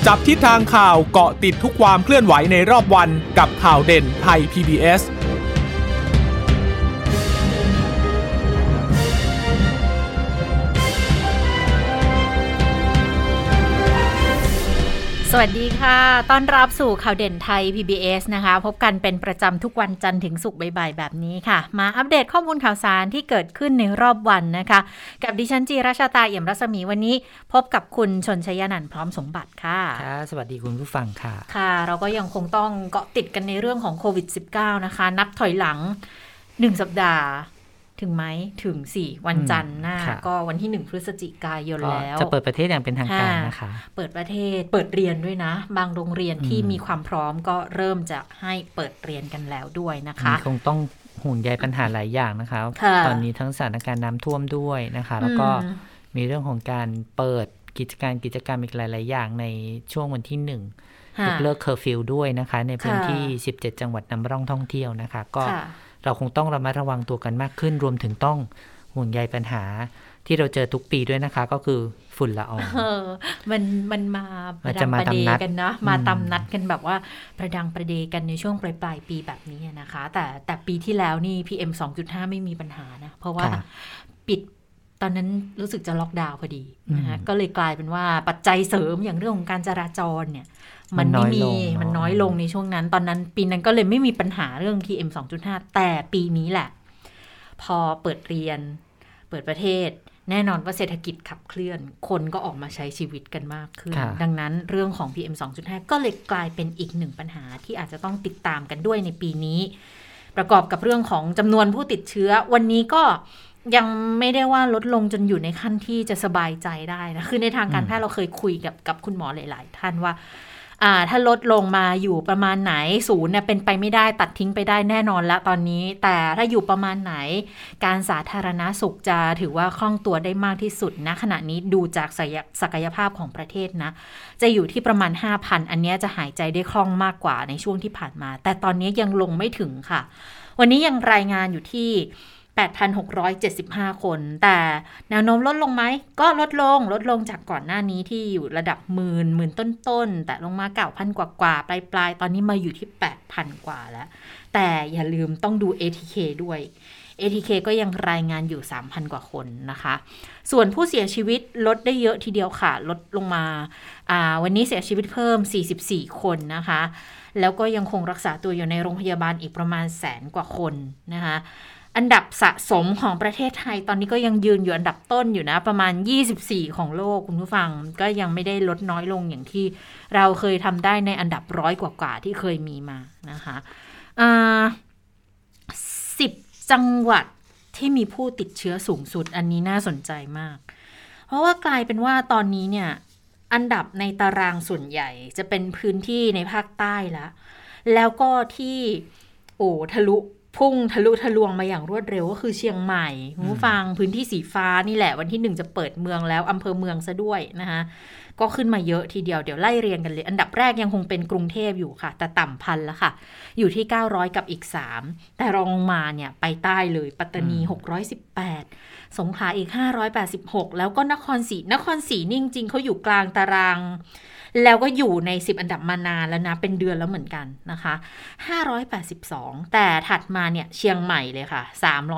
จับทิศทางข่าวเกาะติดทุกความเคลื่อนไหวในรอบวันกับข่าวเด่นไทย PBS สวัสดีค่ะต้อนรับสู่ข่าวเด่นไทย PBS นะคะพบกันเป็นประจำทุกวันจันทร์ถึงศุกร์บ่ายๆแบบนี้ค่ะมาอัปเดตข้อมูลข่าวสารที่เกิดขึ้นในรอบวันนะคะกับดิฉันจีราชาตาเอี่ยมรัศมีวันนี้พบกับคุณชนชยนันท์พร้อมสมบัติค่ะค่ะสวัสดีคุณผู้ฟังค่ะค่ะเราก็ยังคงต้องเกาะติดกันในเรื่องของโควิด -19 นะคะนับถอยหลัง1สัปดาห์ถึงไหมถึง4วันจันทร์หน้าก็วันที่1พฤศจิกายนแล้วจะเปิดประเทศอย่างเป็นทางการนะคะเปิดประเทศเปิดเรียนด้วยนะบางโรงเรียนที่มีความพร้อมก็เริ่มจะให้เปิดเรียนกันแล้วด้วยนะคะคงต้องห่วงใยปัญหาหลายอย่างนะคะตอนนี้ทั้งสถานการณ์น้ำท่วมด้วยนะคะแล้วก็มีเรื่องของการเปิดกิจกรรมอีกหลายๆอย่างในช่วงวันที่1ยกเลิกเคอร์ฟิวด้วยนะคะในพื้นที่17จังหวัดนำร่องท่องเที่ยวนะคะก็เราคงต้องระมัดระวังตัวกันมากขึ้นรวมถึงต้องห่วงใยปัญหาที่เราเจอทุกปีด้วยนะคะก็คือฝุ่นละอองมันมาประดังประเดกันนะมาตำนัดกันแบบว่าประดังประเดกันในช่วงปลายปีแบบนี้นะคะแต่ปีที่แล้วนี่ PM 2.5 ไม่มีปัญหานะเพราะว่าปิดตอนนั้นรู้สึกจะล็อกดาวน์พอดีนะคะก็เลยกลายเป็นว่าปัจจัยเสริมอย่างเรื่องของการจราจรเนี่ยมันไม่มีมันน้อยลงในช่วงนั้นตอนนั้นปีนั้นก็เลยไม่มีปัญหาเรื่อง PM 2.5 แต่ปีนี้แหละพอเปิดเรียนเปิดประเทศแน่นอนว่าเศรษฐกิจขับเคลื่อนคนก็ออกมาใช้ชีวิตกันมากขึ้นดังนั้นเรื่องของ PM 2.5 ก็เลยกลายเป็นอีกหนึ่งปัญหาที่อาจจะต้องติดตามกันด้วยในปีนี้ประกอบกับเรื่องของจำนวนผู้ติดเชื้อวันนี้ก็ยังไม่ได้ว่าลดลงจนอยู่ในขั้นที่จะสบายใจได้นะคือในทางการแพทย์เราเคยคุยกับคุณหมอหลายๆท่านว่าถ้าลดลงมาอยู่ประมาณไหนศูนย์เนี่ยเป็นไปไม่ได้ตัดทิ้งไปได้แน่นอนแล้วตอนนี้แต่ถ้าอยู่ประมาณไหนการสาธารณสุขจะถือว่าคล่องตัวได้มากที่สุดนะขณะนี้ดูจากศักยภาพของประเทศนะจะอยู่ที่ประมาณ 5,000 อันนี้จะหายใจได้คล่องมากกว่าในช่วงที่ผ่านมาแต่ตอนนี้ยังลงไม่ถึงค่ะวันนี้ยังรายงานอยู่ที่ 8,675 คนแต่แนวโน้มลดลงไหมก็ลดลงจากก่อนหน้านี้ที่อยู่ระดับหมื่นต้นแต่ลงมา 9,000 กว่าปลายตอนนี้มาอยู่ที่ 8,000 กว่าแล้วแต่อย่าลืมต้องดู ATK ด้วย ATK ก็ยังรายงานอยู่ 3,000 กว่าคนนะคะส่วนผู้เสียชีวิตลดได้เยอะทีเดียวค่ะลดลงมาวันนี้เสียชีวิตเพิ่ม44คนนะคะแล้วก็ยังคงรักษาตัวอยู่ในโรงพยาบาลอีกประมาณ100,000 กว่าคนนะคะอันดับสะสมของประเทศไทยตอนนี้ก็ยังยืนอยู่อันดับต้นอยู่นะประมาณ24ของโลกคุณผู้ฟังก็ยังไม่ได้ลดน้อยลงอย่างที่เราเคยทำได้ในอันดับ100กว่าที่เคยมีมานะคะ10 จังหวัดที่มีผู้ติดเชื้อสูงสุดอันนี้น่าสนใจมากเพราะว่ากลายเป็นว่าตอนนี้เนี่ยอันดับในตารางส่วนใหญ่จะเป็นพื้นที่ในภาคใต้แล้วก็ที่พุ่งทะลุทะลวงมาอย่างรวดเร็วก็คือเชียงใหม่คุณผู้ฟังพื้นที่สีฟ้านี่แหละวันที่1จะเปิดเมืองแล้วอำเภอเมืองซะด้วยนะคะก็ขึ้นมาเยอะทีเดียวเดี๋ยวไล่เรียงกันเลยอันดับแรกยังคงเป็นกรุงเทพอยู่ค่ะแต่ต่ำพันแล้วค่ะอยู่ที่900กับอีก3แต่รองลงมาเนี่ยไปใต้เลยปัตตานี618สงขลาอีก586แล้วก็นครศรีนี่จริงๆเขาอยู่กลางตารางแล้วก็อยู่ใน10อันดับมานานแล้วนะเป็นเดือนแล้วเหมือนกันนะคะ582แต่ถัดมาเนี่ยเชียงใหม่เลยค่ะ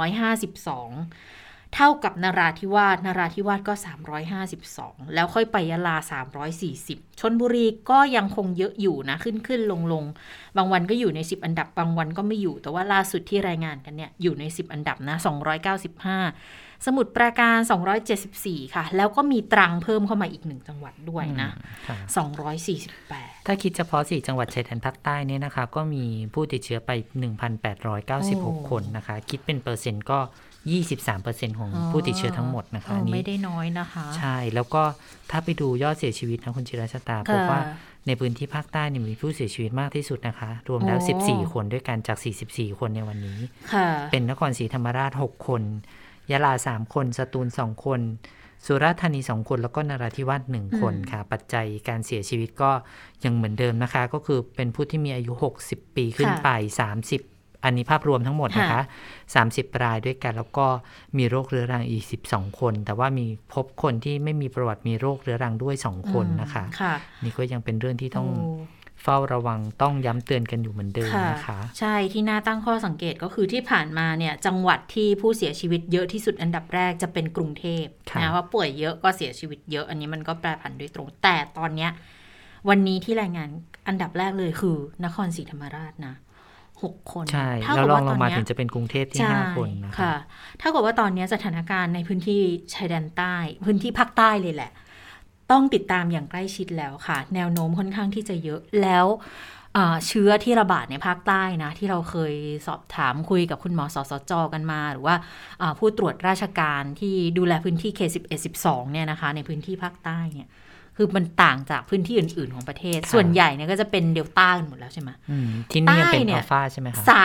352เท่ากับนราธิวาสก็352แล้วค่อยไปยะลา340ชลบุรีก็ยังคงเยอะอยู่นะขึ้นลงบางวันก็อยู่ใน10อันดับบางวันก็ไม่อยู่แต่ว่าล่าสุดที่รายงานกันเนี่ยอยู่ใน10อันดับนะ295สมุทรปราการ274ค่ะแล้วก็มีตรังเพิ่มเข้ามาอีก1จังหวัดด้วยนะ248 ถ้าคิดเฉพาะ4จังหวัดชายแดนภาคใต้เนี่ยนะคะก็มีผู้ติดเชื้อไป 1,896 คนนะคะคิดเป็นเปอร์เซ็นต์ก็23% ของผู้ติดเชื้อทั้งหมดนะคะนี่ไม่ได้น้อยนะคะใช่แล้วก็ถ้าไปดูยอดเสียชีวิตนะคุณจิรชตาพบว่าในพื้นที่ภาคใต้เนี่ยมีผู้เสียชีวิตมากที่สุดนะคะรวมแล้ว14คนด้วยกันจาก44คนในวันนี้เป็นนครศรีธรรมราช6คนยะลา3คนสตูล2คนสุราษฎร์ธานี2คนแล้วก็นราธิวาส1คนค่ะปัจจัยการเสียชีวิตก็ยังเหมือนเดิมนะคะก็คือเป็นผู้ที่มีอายุ60ปีขึ้นไป30 อันนี้ภาพรวมทั้งหมดนะคะ30 รายด้วยกันแล้วก็มีโรคเรื้อรังอีก12 คนแต่ว่ามีพบคนที่ไม่มีประวัติมีโรคเรื้อรังด้วย2 คนนะคะนี่ก็ยังเป็นเรื่องที่ต้องเฝ้าระวังต้องย้ำเตือนกันอยู่เหมือนเดิมนะคะใช่ที่น่าตั้งข้อสังเกตก็คือที่ผ่านมาเนี่ยจังหวัดที่ผู้เสียชีวิตเยอะที่สุดอันดับแรกจะเป็นกรุงเทพนะว่าป่วยเยอะก็เสียชีวิตเยอะอันนี้มันก็แปรผันโดยตรงแต่ตอนเนี้ยวันนี้ที่รายงานอันดับแรกเลยคือนครศรีธรรมราชนะ6 คนใช่แล้วลงมาถึงจะเป็นกรุงเทพที่5 คนนะคะถ้าเกิดว่าตอนนี้สถานการณ์ในพื้นที่ชายแดนใต้พื้นที่ภาคใต้เลยแหละต้องติดตามอย่างใกล้ชิดแล้วค่ะแนวโน้มค่อนข้างที่จะเยอะแล้วเชื้อที่ระบาดในภาคใต้นะที่เราเคยสอบถามคุยกับคุณหมอสสจ.กันมาหรือว่าผู้ตรวจราชการที่ดูแลพื้นที่เขต11-12เนี่ยนะคะในพื้นที่ภาคใต้เนี่ยคือมันต่างจากพื้นที่อื่นๆของประเทศส่วนใหญ่เนี่ยก็จะเป็นเดลต้ากันหมดแล้วใช่ไหมที่นี่ยังเป็นอัลฟาใช่ไหมคะ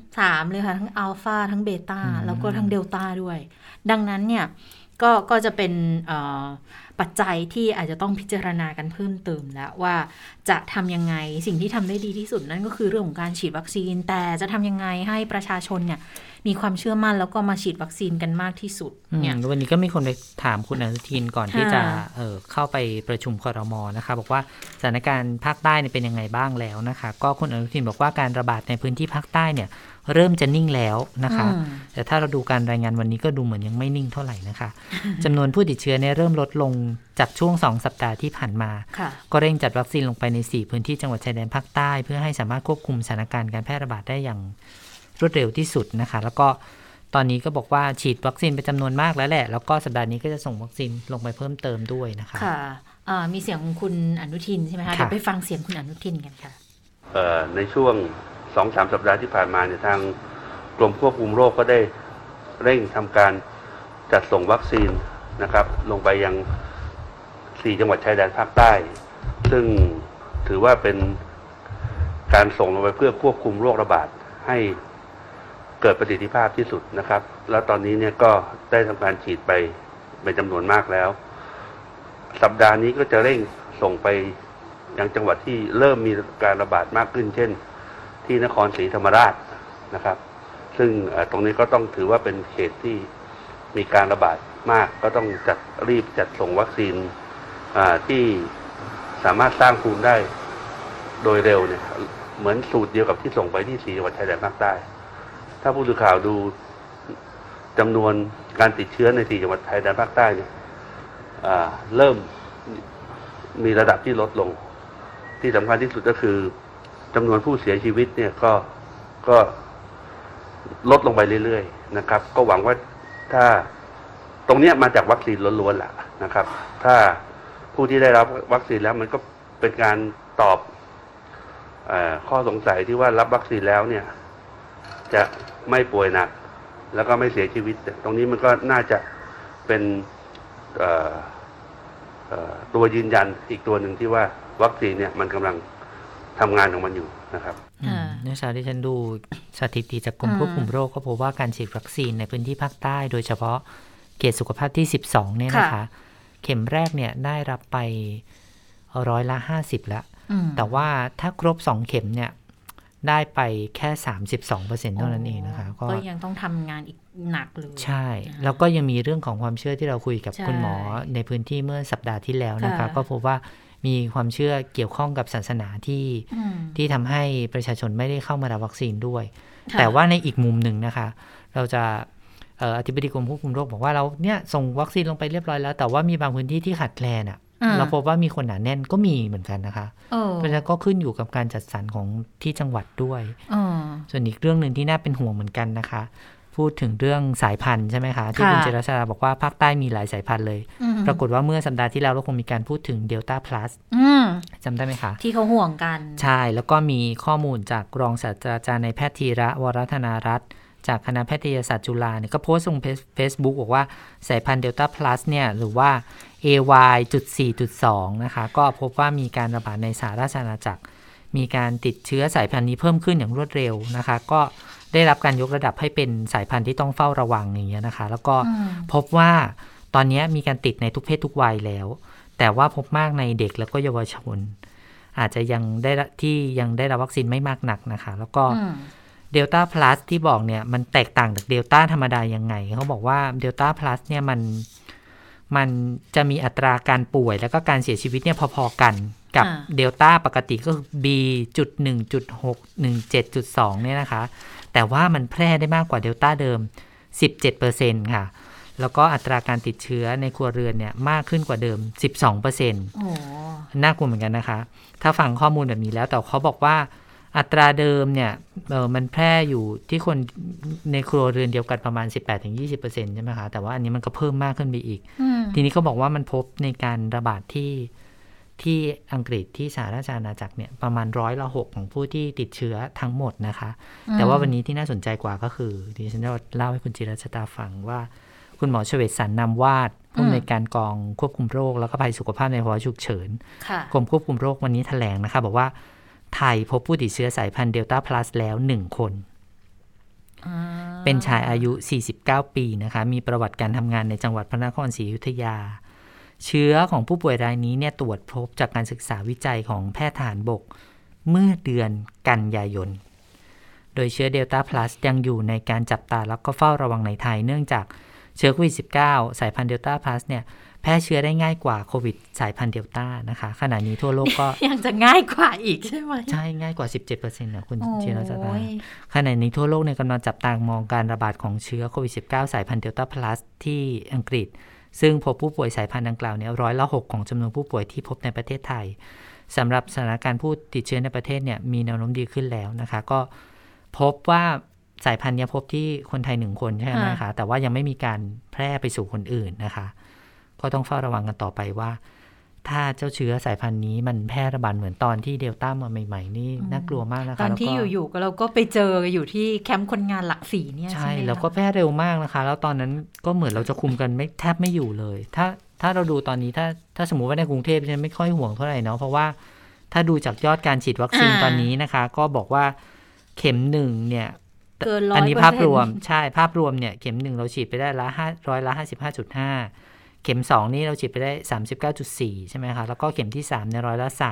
3เลยค่ะทั้งอัลฟาทั้งเบต้าแล้วก็ทั้งเดลต้าด้วยดังนั้นเนี่ยก็จะเป็นปัจจัยที่อาจจะต้องพิจารณากันเพิ่มเติมแล้วว่าจะทำยังไงสิ่งที่ทำได้ดีที่สุดนั่นก็คือเรื่องของการฉีดวัคซีนแต่จะทำยังไงให้ประชาชนเนี่ยมีความเชื่อมั่นแล้วก็มาฉีดวัคซีนกันมากที่สุดเนี่ยวันนี้ก็มีคนไปถามคุณอนุทินก่อนที่จะเข้าไปประชุมครม.นะคะบอกว่าสถานการณ์ภาคใต้เป็นยังไงบ้างแล้วนะคะก็คุณอนุทินบอกว่าการระบาดในพื้นที่ภาคใต้เนี่ยเริ่มจะนิ่งแล้วนะคะแต่ถ้าเราดูการรายงานวันนี้ก็ดูเหมือนยังไม่นิ่งเท่าไหร่นะคะจำนวนผู้ติดเชื้อเนี่ยเริ่มลดลงจากช่วง2 สัปดาห์ที่ผ่านมาก็เร่งจัดวัคซีนลงไปใน4 พื้นที่จังหวัดชายแดนภาคใต้เพื่อให้สามารถควบคุมสถานการณ์การแพร่ระบาดได้อย่างรวดเร็วที่สุดนะคะแล้วก็ตอนนี้ก็บอกว่าฉีดวัคซีนเป็นจำนวนมากแล้วแหละแล้วก็สัปดาห์นี้ก็จะส่งวัคซีนลงไปเพิ่มเติมด้วยนะคะค่ะมีเสียงของคุณอนุทินใช่ไหมคะเดี๋ยวไปฟังเสียงคุณอนุทินกันค่ะในช่วง 2-3 สัปดาห์ที่ผ่านมาเนี่ยทางกรมควบคุมโรคก็ได้เร่งทำการจัดส่งวัคซีนนะครับลงไปยัง4 จังหวัดชายแดนภาคใต้ซึ่งถือว่าเป็นการส่งลงไปเพื่อควบคุมโรคระบาดให้เกิดประสิทธิภาพที่สุดนะครับแล้วตอนนี้เนี่ยก็ได้ทำการฉีดไปเป็นจำนวนมากแล้วสัปดาห์นี้ก็จะเร่งส่งไปยังจังหวัดที่เริ่มมีการระบาดมากขึ้นเช่นที่นครศรีธรรมราชนะครับซึ่งตรงนี้ก็ต้องถือว่าเป็นเขตที่มีการระบาดมากก็ต้องรีบจัดส่งวัคซีนที่สามารถสร้างภูมิได้โดยเร็วเนี่ยเหมือนสูตรเดียวกับที่ส่งไปที่4 จังหวัดชายแดนภาคใต้ถ้าผู้สื่อข่าวดูจำนวนการติดเชื้อใน4 จังหวัดชายแดนภาคใต้เนี่ยเริ่มมีระดับที่ลดลงที่สำคัญที่สุดก็คือจำนวนผู้เสียชีวิตเนี่ยก็ลดลงไปเรื่อยๆนะครับก็หวังว่าถ้าตรงนี้มาจากวัคซีนล้วนๆแหละนะครับถ้าผู้ที่ได้รับวัคซีนแล้วมันก็เป็นการตอบข้อสงสัยที่ว่ารับวัคซีนแล้วเนี่ยจะไม่ป่วยหนักแล้วก็ไม่เสียชีวิตตรงนี้มันก็น่าจะเป็นตัวยืนยันอีกตัวหนึ่งที่ว่าวัคซีนเนี่ยมันกำลังทำงานของมันอยู่นะครับเนื่องจากที่ฉันดูสถิติจากกรมควบคุมโรคก็พบว่าการฉีดวัคซีนในพื้นที่ภาคใต้โดยเฉพาะเขตสุขภาพที่12เนี่ยนะคะเข็มแรกเนี่ยได้รับไป50%แล้วแต่ว่าถ้าครบ2 เข็มเนี่ยได้ไปแค่ 32% เท่านั้นเองนะคะก็ยังต้องทำงานอีกหนักเลยใช่แล้วก็ยังมีเรื่องของความเชื่อที่เราคุยกับคุณหมอในพื้นที่เมื่อสัปดาห์ที่แล้วนะคะก็พบว่ามีความเชื่อเกี่ยวข้องกับศาสนาที่ทำให้ประชาชนไม่ได้เข้ามารับวัคซีนด้วยแต่ว่าในอีกมุมหนึ่งนะคะเราจะอธิบดีกรมควบคุมโรคบอกว่าเราเนี่ยส่งวัคซีนลงไปเรียบร้อยแล้วแต่ว่ามีบางพื้นที่ที่ขาดแคลนเราพบว่ามีคนหนาแน่นก็มีเหมือนกันนะคะเพราะฉะนั้นก็ขึ้นอยู่กับการจัดสรรของที่จังหวัดด้วยส่วนอีกเรื่องนึงที่น่าเป็นห่วงเหมือนกันนะคะพูดถึงเรื่องสายพันธุ์ใช่ไหมคะที่คุณเจรชาบอกว่าภาคใต้มีหลายสายพันธุ์เลยปรากฏว่าเมื่อสัปดาห์ที่แล้วเราคงมีการพูดถึงเดลต้าพลัสจำได้ไหมคะที่เขาห่วงกันใช่แล้วก็มีข้อมูลจากรองศาสตราจารย์นายแพทย์ธีระวรัธนารัตน์จากคณะแพทยศาสตร์จุฬาเนี่ยก็โพสต์ลง Facebook บอกว่าสายพันธุ์เดลต้าพลัสเนี่ยหรือว่า AY.4.2 นะคะก็พบว่ามีการระบาดในสหราชอาณาจักรมีการติดเชื้อสายพันธุ์นี้เพิ่มขึ้นอย่างรวดเร็วนะคะก็ได้รับการยกระดับให้เป็นสายพันธุ์ที่ต้องเฝ้าระวังอย่างเงี้ยนะคะแล้วก็พบว่าตอนนี้มีการติดในทุกเพศทุกวัยแล้วแต่ว่าพบมากในเด็กแล้วก็เยาวชนอาจจะยังได้รับวัคซีนไม่มากนักนะคะแล้วก็เดลต้าพลัสที่บอกเนี่ยมันแตกต่างจากเดลต้าธรรมดายังไงเขาบอกว่าเดลต้าพลัสเนี่ยมันจะมีอัตราการป่วยแล้วก็การเสียชีวิตเนี่ยพอๆกันกับเดลต้าปกติก็คือ B.1.617.2 เนี่ยนะคะแต่ว่ามันแพร่ได้มากกว่าเดลต้าเดิม 17% ค่ะแล้วก็อัตราการติดเชื้อในครัวเรือนเนี่ยมากขึ้นกว่าเดิม 12% น่ากลัวเหมือนกันนะคะถ้าฟังข้อมูลแบบนี้แล้วแต่เขาบอกว่าอัตราเดิมเนี่ยมันแพร่อยู่ที่คนในครัวเรือนเดียวกันประมาณ 18-20% ใช่ไหมคะแต่ว่าอันนี้มันก็เพิ่มมากขึ้นไปอีกทีนี้เขาบอกว่ามันพบในการระบาดที่อังกฤษที่สหราชอาณาจักรเนี่ยประมาณ6%ของผู้ที่ติดเชื้อทั้งหมดนะคะแต่ว่าวันนี้ที่น่าสนใจกว่าก็คือดิฉันจะเล่าให้คุณจิรัชตาฟังว่าคุณหมอเฉวตสันนำวาดผู้อำนวยการกองควบคุมโรคแล้วก็ภัยสุขภาพในภาวะฉุกเฉินกรมควบคุมโรควันนี้แถลงนะคะบอกว่าไทยพบผู้ติดเชื้อสายพันธุ์เดลต้าพลัสแล้ว1 คนเป็นชายอายุ49 ปีนะคะมีประวัติการทำงานในจังหวัดพระนครศรีอยุธยาเชื้อของผู้ป่วยรายนี้เนี่ยตรวจพบจากการศึกษาวิจัยของแพทย์ทหารบกเมื่อเดือนกันยายนโดยเชื้อเดลต้าพลัสยังอยู่ในการจับตาแล้วก็เฝ้าระวังในไทยเนื่องจากเชื้อโควิด -19 สายพันธุ์เดลต้าพลัสเนี่ยแพร่เชื้อได้ง่ายกว่าโควิดสายพันธุ์เดลต้านะคะขณะนี้ทั่วโลกก็ยังจะง่ายกว่าอีกใช่ไหมใช่ง่ายกว่า 17% นะคุณเชลจตาขณะนี้ทั่วโลกเนี่ยกำลังจับตามองการระบาดของเชื้อโควิด -19 สายพันธุ์เดลต้าพลัสที่อังกฤษซึ่งพบผู้ป่วยสายพันธุ์ดังกล่าวเนี่ย6%ของจำนวนผู้ป่วยที่พบในประเทศไทยสำหรับสถานการณ์ผู้ติดเชื้อในประเทศเนี่ยมีแนวโน้มดีขึ้นแล้วนะคะก็พบว่าสายพันธุ์นี้พบที่คนไทย1 คนใช่ไหมคะแต่ว่ายังไม่มีการแพร่ไปสู่คนอื่นนะคะก็ต้องเฝ้าระวังกันต่อไปว่าถ้าเจ้าเชื้อสายพันธุ์นี้มันแพร่ระบาดเหมือนตอนที่เดลต้ามาใหม่ๆนี่น่ากลัวมากนะคะตอนที่อยู่ๆเราก็ไปเจออยู่ที่แคมป์คนงานหลัก4เนี่ยใช่แล้วก็แพร่เร็วมากนะคะแล้วตอนนั้นก็เหมือนเราจะคุมกันแทบไม่อยู่เลยถ้าเราดูตอนนี้ถ้าสมมุติว่าในกรุงเทพฉันไม่ค่อยห่วงเท่าไหร่เนาะเพราะว่าถ้าดูจากยอดการฉีดวัคซีนตอนนี้นะคะก็บอกว่าเข็ม1เนี่ยอันนี้ภาพรวมใช่ภาพรวมเนี่ยเข็ม1เราฉีดไปได้55.5%เข็ม2นี่เราฉีดไปได้ 39.4 ใช่ไหมคะแล้วก็เข็มที่3เนี่ย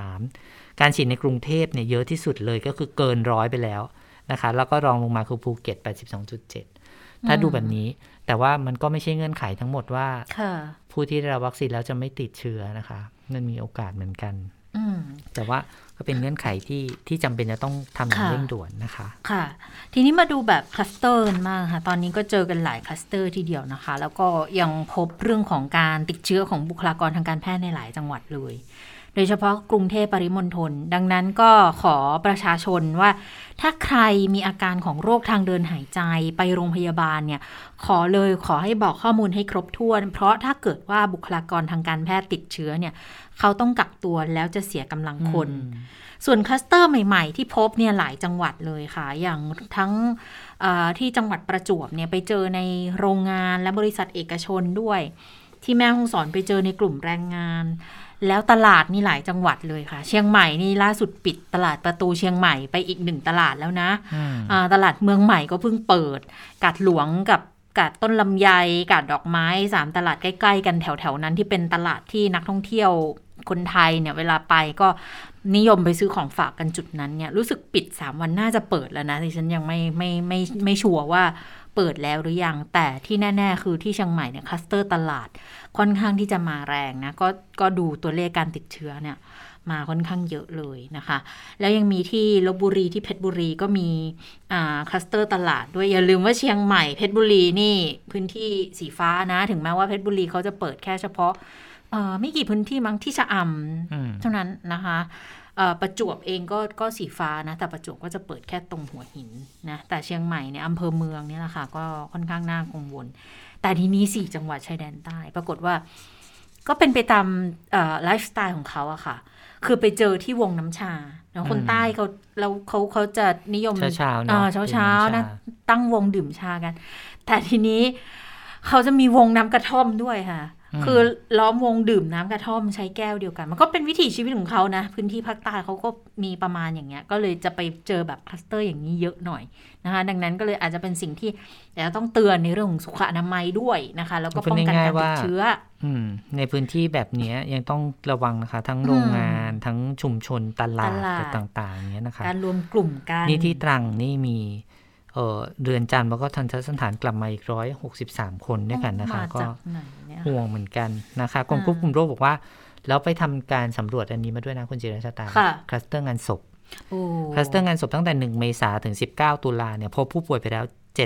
3%การฉีดในกรุงเทพเนี่ยเยอะที่สุดเลยก็คือเกิน100ไปแล้วนะคะแล้วก็รองลงมาคือภูเก็ต 82.7 ถ้าดูแบบนี้แต่ว่ามันก็ไม่ใช่เงื่อนไขทั้งหมดว่าผู้ที่ได้รับวัคซีนแล้วจะไม่ติดเชื้อนะคะมันมีโอกาสเหมือนกันแต่ว่าก็เป็นเงื่อนไขที่จำเป็นจะต้องทำอย่างเร่งด่วนนะคะค่ะทีนี้มาดูแบบคลัสเตอร์มากค่ะตอนนี้ก็เจอกันหลายคลัสเตอร์ทีเดียวนะคะแล้วก็ยังพบเรื่องของการติดเชื้อของบุคลากรทางการแพทย์ในหลายจังหวัดเลยโดยเฉพาะกรุงเทพปริมณฑลดังนั้นก็ขอประชาชนว่าถ้าใครมีอาการของโรคทางเดินหายใจไปโรงพยาบาลเนี่ยขอให้บอกข้อมูลให้ครบถ้วนเพราะถ้าเกิดว่าบุคลากรทางการแพทย์ติดเชื้อเนี่ยเขาต้องกักตัวแล้วจะเสียกำลังคนส่วนคลัสเตอร์ใหม่ๆที่พบเนี่ยหลายจังหวัดเลยค่ะอย่างทั้งที่จังหวัดประจวบเนี่ยไปเจอในโรงงานและบริษัทเอกชนด้วยที่แม่ฮ่องสอนไปเจอในกลุ่มแรงงานแล้วตลาดนี่หลายจังหวัดเลยค่ะเชียงใหม่นี่ล่าสุดปิดตลาดประตูเชียงใหม่ไปอีก1 ตลาดแล้วนะตลาดเมืองใหม่ก็เพิ่งเปิดกาดหลวงกับกาดต้นลำไยกาดดอกไม้3 ตลาดใกล้ๆกันแถวๆนั้นที่เป็นตลาดที่นักท่องเที่ยวคนไทยเนี่ยเวลาไปก็นิยมไปซื้อของฝากกันจุดนั้นเนี่ยรู้สึกปิด3 วันน่าจะเปิดแล้วนะดิฉันยังไม่ชัวร์ว่าเปิดแล้วหรือยังแต่ที่แน่ๆคือที่เชียงใหม่เนี่ยคลัสเตอร์ตลาดค่อนข้างที่จะมาแรงนะก็ดูตัวเลขการติดเชื้อเนี่ยมาค่อนข้างเยอะเลยนะคะแล้วยังมีที่ลพบุรีที่เพชรบุรีก็มีคลัสเตอร์ตลาดด้วยอย่าลืมว่าเชียงใหม่เพชรบุรีนี่พื้นที่สีฟ้านะถึงแม้ว่าเพชรบุรีเขาจะเปิดแค่เฉพาะไม่กี่พื้นที่มั้งที่ชะอำเท่านั้นนะคะประจวบเองก็สีฟ้านะแต่ประจวบก็จะเปิดแค่ตรงหัวหินนะแต่เชียงใหม่เนี่ยอำเภอเมืองเนี่ยแหละค่ะก็ค่อนข้างน่ากังวลแต่ทีนี้4 จังหวัดชายแดนใต้ปรากฏว่าก็เป็นไปตามไลฟ์สไตล์ของเขาอะค่ะคือไปเจอที่วงน้ำชาแล้วคนใต้เขาจะนิยมเช้านะตั้งวงดื่มชากันแต่ทีนี้เขาจะมีวงน้ำกระท่อมด้วยค่ะคือล้อมวงดื่มน้ำกระท่อมใช้แก้วเดียวกันมันก็เป็นวิถีชีวิตของเขานะพื้นที่ภาคใต้เขาก็มีประมาณอย่างเงี้ยก็เลยจะไปเจอแบบคลัสเตอร์อย่างนี้เยอะหน่อยนะคะดังนั้นก็เลยอาจจะเป็นสิ่งที่แต่ต้องเตือนในเรื่องของสุขอนามัยด้วยนะคะแล้วก็ป้องกันการติดเชื้อในพื้นที่แบบนี้ยังต้องระวังนะคะทั้งโรงงานทั้งชุมชนตลาดต่างๆเนี้ยนะคะการรวมกลุ่มกันนี่ที่ตรังนี่มีเรือนจำแล้วก็ทันตสถานกลับมาอีก163คนด้วยกันนะคะก็ห่วงเหมือนกันนะคะกรมควบคุมโรคบอกว่าแล้วไปทำการสำรวจอันนี้มาด้วยนะคุณจิรชตาคลัสเตอร์งานศพคลัสเตอร์งานศพตั้งแต่1เมษายนถึง19ตุลาเนี่ยพบผู้ป่วยไปแล้ว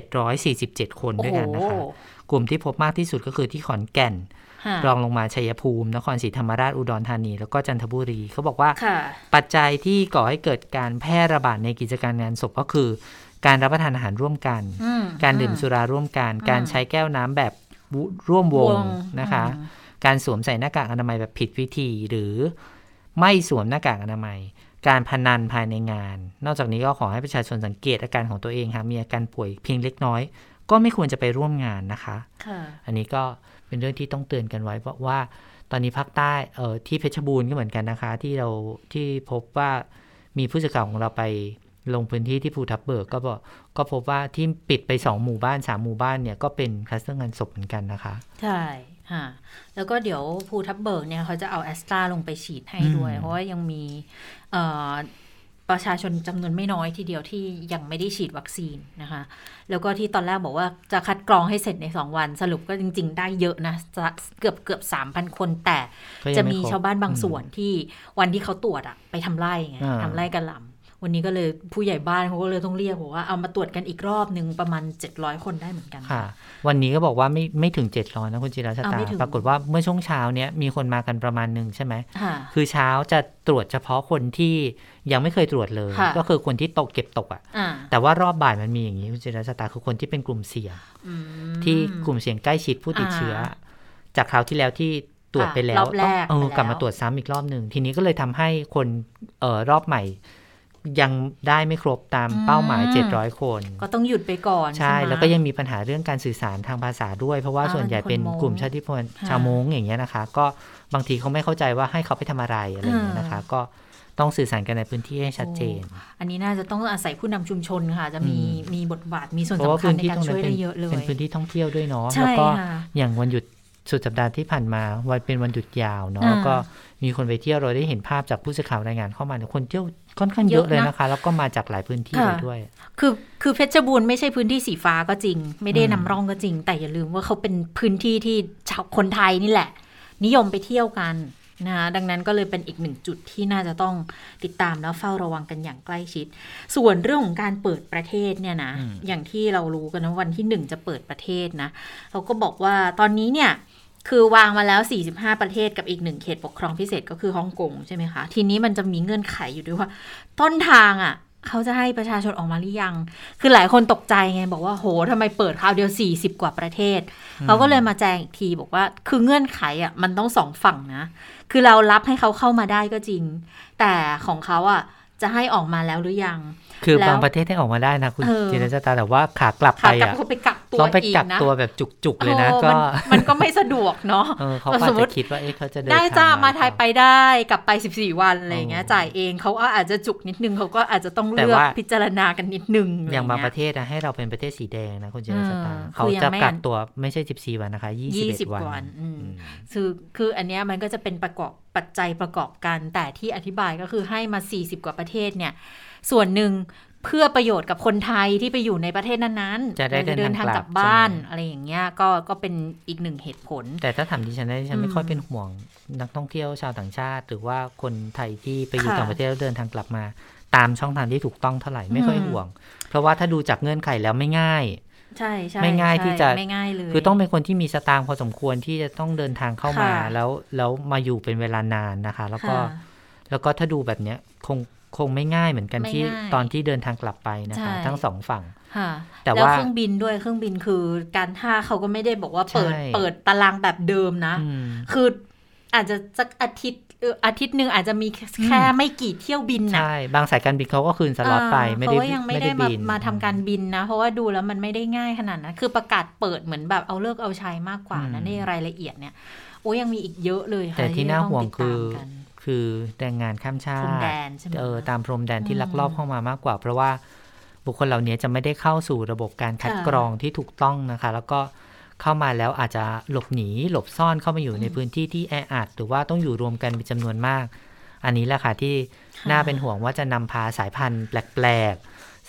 747คนด้วยกันนะคะกลุ่มที่พบมากที่สุดก็คือที่ขอนแก่นรองลงมาชัยภูมินครศรีธรรมราชอุดรธานีแล้วก็จันทบุรีเขาบอกว่าปัจจัยที่ก่อให้เกิดการแพร่ระบาดในกิจการงานศพก็คือการรับประทานอาหารร่วมกันการดื่มสุราร่วมกันการใช้แก้วน้ำแบบร่วมวงนะคะการสวมใส่หน้ากากอนามัยแบบผิดวิธีหรือไม่สวมหน้ากากอนามัยการพนันภายในงานนอกจากนี้ก็ขอให้ประชาชนสังเกตอาการของตัวเองหากมีอาการป่วยเพียงเล็กน้อยก็ไม่ควรจะไปร่วมงานนะคะอันนี้ก็เป็นเรื่องที่ต้องเตือนกันไว้เพราะว่าตอนนี้ภาคใต้ที่เพชรบูรณ์ก็เหมือนกันนะคะที่พบว่ามีผู้สื่อข่าวของเราไปลงพื้นที่ที่ภูทับเบิกก็พบว่าที่ปิดไป2หมู่บ้าน3หมู่บ้านเนี่ยก็เป็นคลัสเตอร์งานศพเหมือนกันนะคะใช่ค่ะแล้วก็เดี๋ยวภูทับเบิกเนี่ยเขาจะเอาแอสตราลงไปฉีดให้ด้วยเพราะว่ายังมีประชาชนจำนวนไม่น้อยทีเดียวที่ยังไม่ได้ฉีดวัคซีนนะคะแล้วก็ที่ตอนแรกบอกว่าจะคัดกรองให้เสร็จใน2วันสรุปก็จริงๆได้เยอะนะเกือบ 3,000 คนแต่จะมีชาวบ้านบางส่วนที่วันที่เขาตรวจอะไปทำไร่ไงทำไร่กระหล่ำวันนี้ก็เลยผู้ใหญ่บ้านเขาก็เลยต้องเรียกบอกว่าเอามาตรวจกันอีกรอบนึงประมาณ700คนได้เหมือนกันค่ะวันนี้ก็บอกว่าไม่ถึง700นะคุณจิราชตาปรากฏว่าเมื่อช่วงเช้าเนี้ยมีคนมากันประมาณนึงใช่ไหมคือเช้าจะตรวจเฉพาะคนที่ยังไม่เคยตรวจเลยก็คือคนที่เก็บตกแต่ว่ารอบบ่ายมันมีอย่างนี้คุณจิราชตาคือคนที่เป็นกลุ่มเสี่ยงที่กลุ่มเสี่ยงใกล้ชิดผู้ติดเชื้อจากคราวที่แล้วที่ตรวจไปแล้วกลับมาตรวจซ้ำอีกรอบนึงทีนี้ก็เลยทำให้คนรอบใหม่ยังได้ไม่ครบตามเป้าหมาย700คนก็ต้องหยุดไปก่อนใช่แล้วก็ยังมีปัญหาเรื่องการสื่อสารทางภาษาด้วยเพราะว่าส่วนใหญ่เป็นกลุ่มชาติพันธุ์ชาวมงอย่างเงี้ยนะคะก็บางทีเขาไม่เข้าใจว่าให้เขาไปทำอะไรอะไรอย่างเงี้ยนะคะก็ต้องสื่อสารกันในพื้นที่ให้ชัดเจนอันนี้น่าจะต้องอาศัยผู้นำชุมชนค่ะจะมีบทบาทมีส่วนสำคัญในการช่วยได้เยอะเลยเป็นพื้นที่ท่องเที่ยวด้วยเนาะแล้วก็อย่างวันหยุดสุดสัปดาห์ที่ผ่านมาวันเป็นวันหยุดยาวเนาะก็มีคนไปเที่ยวเราได้เห็นภาพจากผู้สื่อข่าวรายงานเข้ามาคนเที่ยวค่อนข้างเยอะเลยนะคะแล้วก็มาจากหลายพื้นที่ด้วยคือเพชรบูรณ์ไม่ใช่พื้นที่สีฟ้าก็จริงไม่ได้นำร่องก็จริงแต่อย่าลืมว่าเขาเป็นพื้นที่ที่ชาวคนไทยนี่แหละนิยมไปเที่ยวกันนะคะดังนั้นก็เลยเป็นอีกหนึ่งจุดที่น่าจะต้องติดตามแล้วเฝ้าระวังกันอย่างใกล้ชิดส่วนเรื่องของการเปิดประเทศเนี่ยนะอย่างที่เรารู้กันนะวันที่1จะเปิดประเทศนะเราก็บอกว่าตอนนี้เนี่ยคือวางมาแล้ว45ประเทศกับอีก1เขตปกครองพิเศษก็คือฮ่องกงใช่ไหมคะทีนี้มันจะมีเงื่อนไขอยู่ด้วยว่าต้นทางอ่ะเขาจะให้ประชาชนออกมาหรือยังคือหลายคนตกใจไงบอกว่าโหทำไมเปิดคราวเดียว40กว่าประเทศเขาก็เลยมาแจ้งอีกทีบอกว่าคือเงื่อนไขอ่ะมันต้อง2ฝั่งนะคือเรารับให้เขาเข้ามาได้ก็จริงแต่ของเขาอ่ะจะให้ออกมาแล้วหรือยังคือบางประเทศให้ออกมาได้นะคุณจิรชตาแต่ว่าขากลับไปอ่ะต้องไปกักตัวแบบจุกๆเลยนะก็มันก็ไม่สะดวกเนาะเขาอาจจะคิดว่าเขาจะเดินทางได้จ้ามาไทยไปได้กลับไป14วันอะไรอย่างเงี้ยจ่ายเองเขาอาจจะจุกนิดนึงเขาก็อาจจะต้องเลือกพิจารณากันนิดนึงอย่างบางประเทศให้เราเป็นประเทศสีแดงนะคุณจิรชตาเขาจะกักตัวไม่ใช่14วันนะคะ21วันคืออันเนี้ยมันก็จะเป็นปัจจัยประกอบกันแต่ที่อธิบายก็คือให้มา40กว่าประเทศเนี่ยส่วนหนึ่งเพื่อประโยชน์กับคนไทยที่ไปอยู่ในประเทศนั้นๆจะได้เดินทางกลับบ้านอะไรอย่างเงี้ยก็เป็นอีกหนึ่งเหตุผลแต่ถ้าถามดิฉันไม่ค่อยเป็นห่วงนักท่องเที่ยวชาวต่างชาติหรือว่าคนไทยที่ไปอยู่ต่างประเทศแล้วเดินทางกลับมาตามช่องทางที่ถูกต้องเท่าไหร่ไม่ค่อยห่วงเพราะว่าถ้าดูจากเงื่อนไขแล้วไม่ง่ายใช่ไม่ง่ายที่จะไม่ง่ายเลยคือต้องเป็นคนที่มีสตางค์พอสมควรที่จะต้องเดินทางเข้ามาแล้วมาอยู่เป็นเวลานานนะคะแล้วก็ถ้าดูแบบเนี้ยคงไม่ง่ายเหมือนกันที่ตอนที่เดินทางกลับไปนะคะทั้งสองฝั่งแต่ว่าเครื่องบินด้วยเครื่องบินคือการท่าเขาก็ไม่ได้บอกว่าเปิดตารางแบบเดิมนะคืออาจจะสักอาทิตย์นึงอาจจะมีแค่ไม่กี่เที่ยวบินนะใช่บางสายการบินเขาก็คืนสล็อตไปไม่ได้บินมาทำการบินนะเพราะว่าดูแล้วมันไม่ได้ง่ายขนาดนั้นคือประกาศเปิดเหมือนแบบเอาเลิกเอาชัยมากกว่านะในรายละเอียดเนี่ยโอ้ยังมีอีกเยอะเลยค่ะแต่ที่น่าห่วงคือแรงงานข้ามชาติตามพรมแดนที่ลักลอบเข้ามามากกว่าเพราะว่าบุคคลเหล่านี้จะไม่ได้เข้าสู่ระบบการคัดกรองที่ถูกต้องนะคะแล้วก็เข้ามาแล้วอาจจะหลบหนีหลบซ่อนเข้ามาอยู่ในพื้นที่ที่แออัดหรือว่าต้องอยู่รวมกันเป็นจำนวนมากอันนี้แหละค่ะที่น่าเป็นห่วงว่าจะนำพาสายพันธุ์แปลกๆ